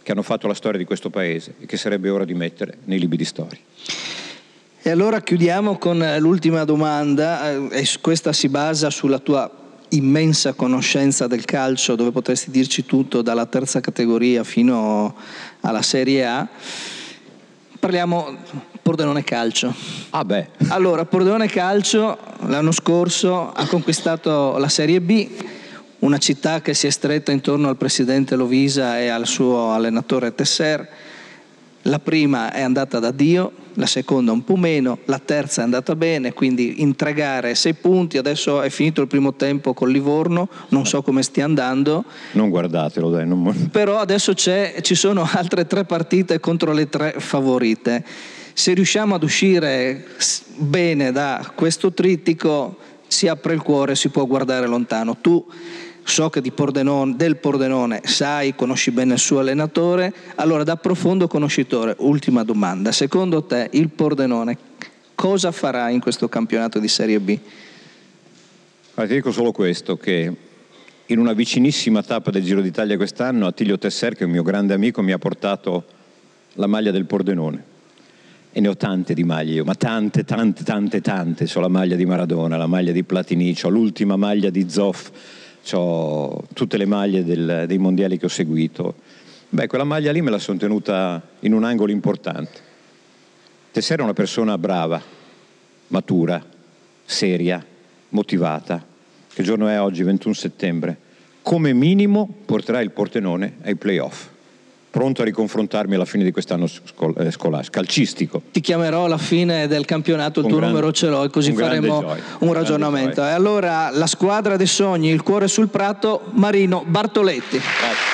che hanno fatto la storia di questo paese e che sarebbe ora di mettere nei libri di storia. E allora chiudiamo con l'ultima domanda, e questa si basa sulla tua immensa conoscenza del calcio, dove potresti dirci tutto dalla terza categoria fino alla Serie A. Parliamo Pordenone Calcio. Allora, Pordenone Calcio l'anno scorso ha conquistato la Serie B, una città che si è stretta intorno al presidente Lovisa e al suo allenatore Tesser. La prima è andata da Dio, la seconda un po' meno, la terza è andata bene, quindi in 3 gare 6 punti, adesso è finito il primo tempo con Livorno, non so come stia andando. Non guardatelo, dai. Però adesso ci sono altre 3 partite contro le 3 favorite. Se riusciamo ad uscire bene da questo trittico, si apre il cuore, si può guardare lontano. Tu so che del Pordenone sai, conosci bene il suo allenatore, allora da profondo conoscitore, ultima domanda, secondo te il Pordenone cosa farà in questo campionato di Serie B? Ti dico solo questo, che in una vicinissima tappa del Giro d'Italia quest'anno Attilio Tesser, che è un mio grande amico, mi ha portato la maglia del Pordenone. E ne ho tante di maglie io, ma tante. C'ho la maglia di Maradona, la maglia di Platini, c'ho l'ultima maglia di Zoff, c'ho tutte le maglie dei mondiali che ho seguito. Quella maglia lì me la sono tenuta in un angolo importante. Tesser è una persona brava, matura, seria, motivata. Che giorno è oggi? 21 settembre. Come minimo porterà il Pordenone ai playoff. Pronto a riconfrontarmi alla fine di quest'anno calcistico. Ti chiamerò alla fine del campionato, il tuo numero ce l'ho, e così faremo un ragionamento. E allora la squadra dei sogni, il cuore sul prato, Marino Bartoletti. Grazie.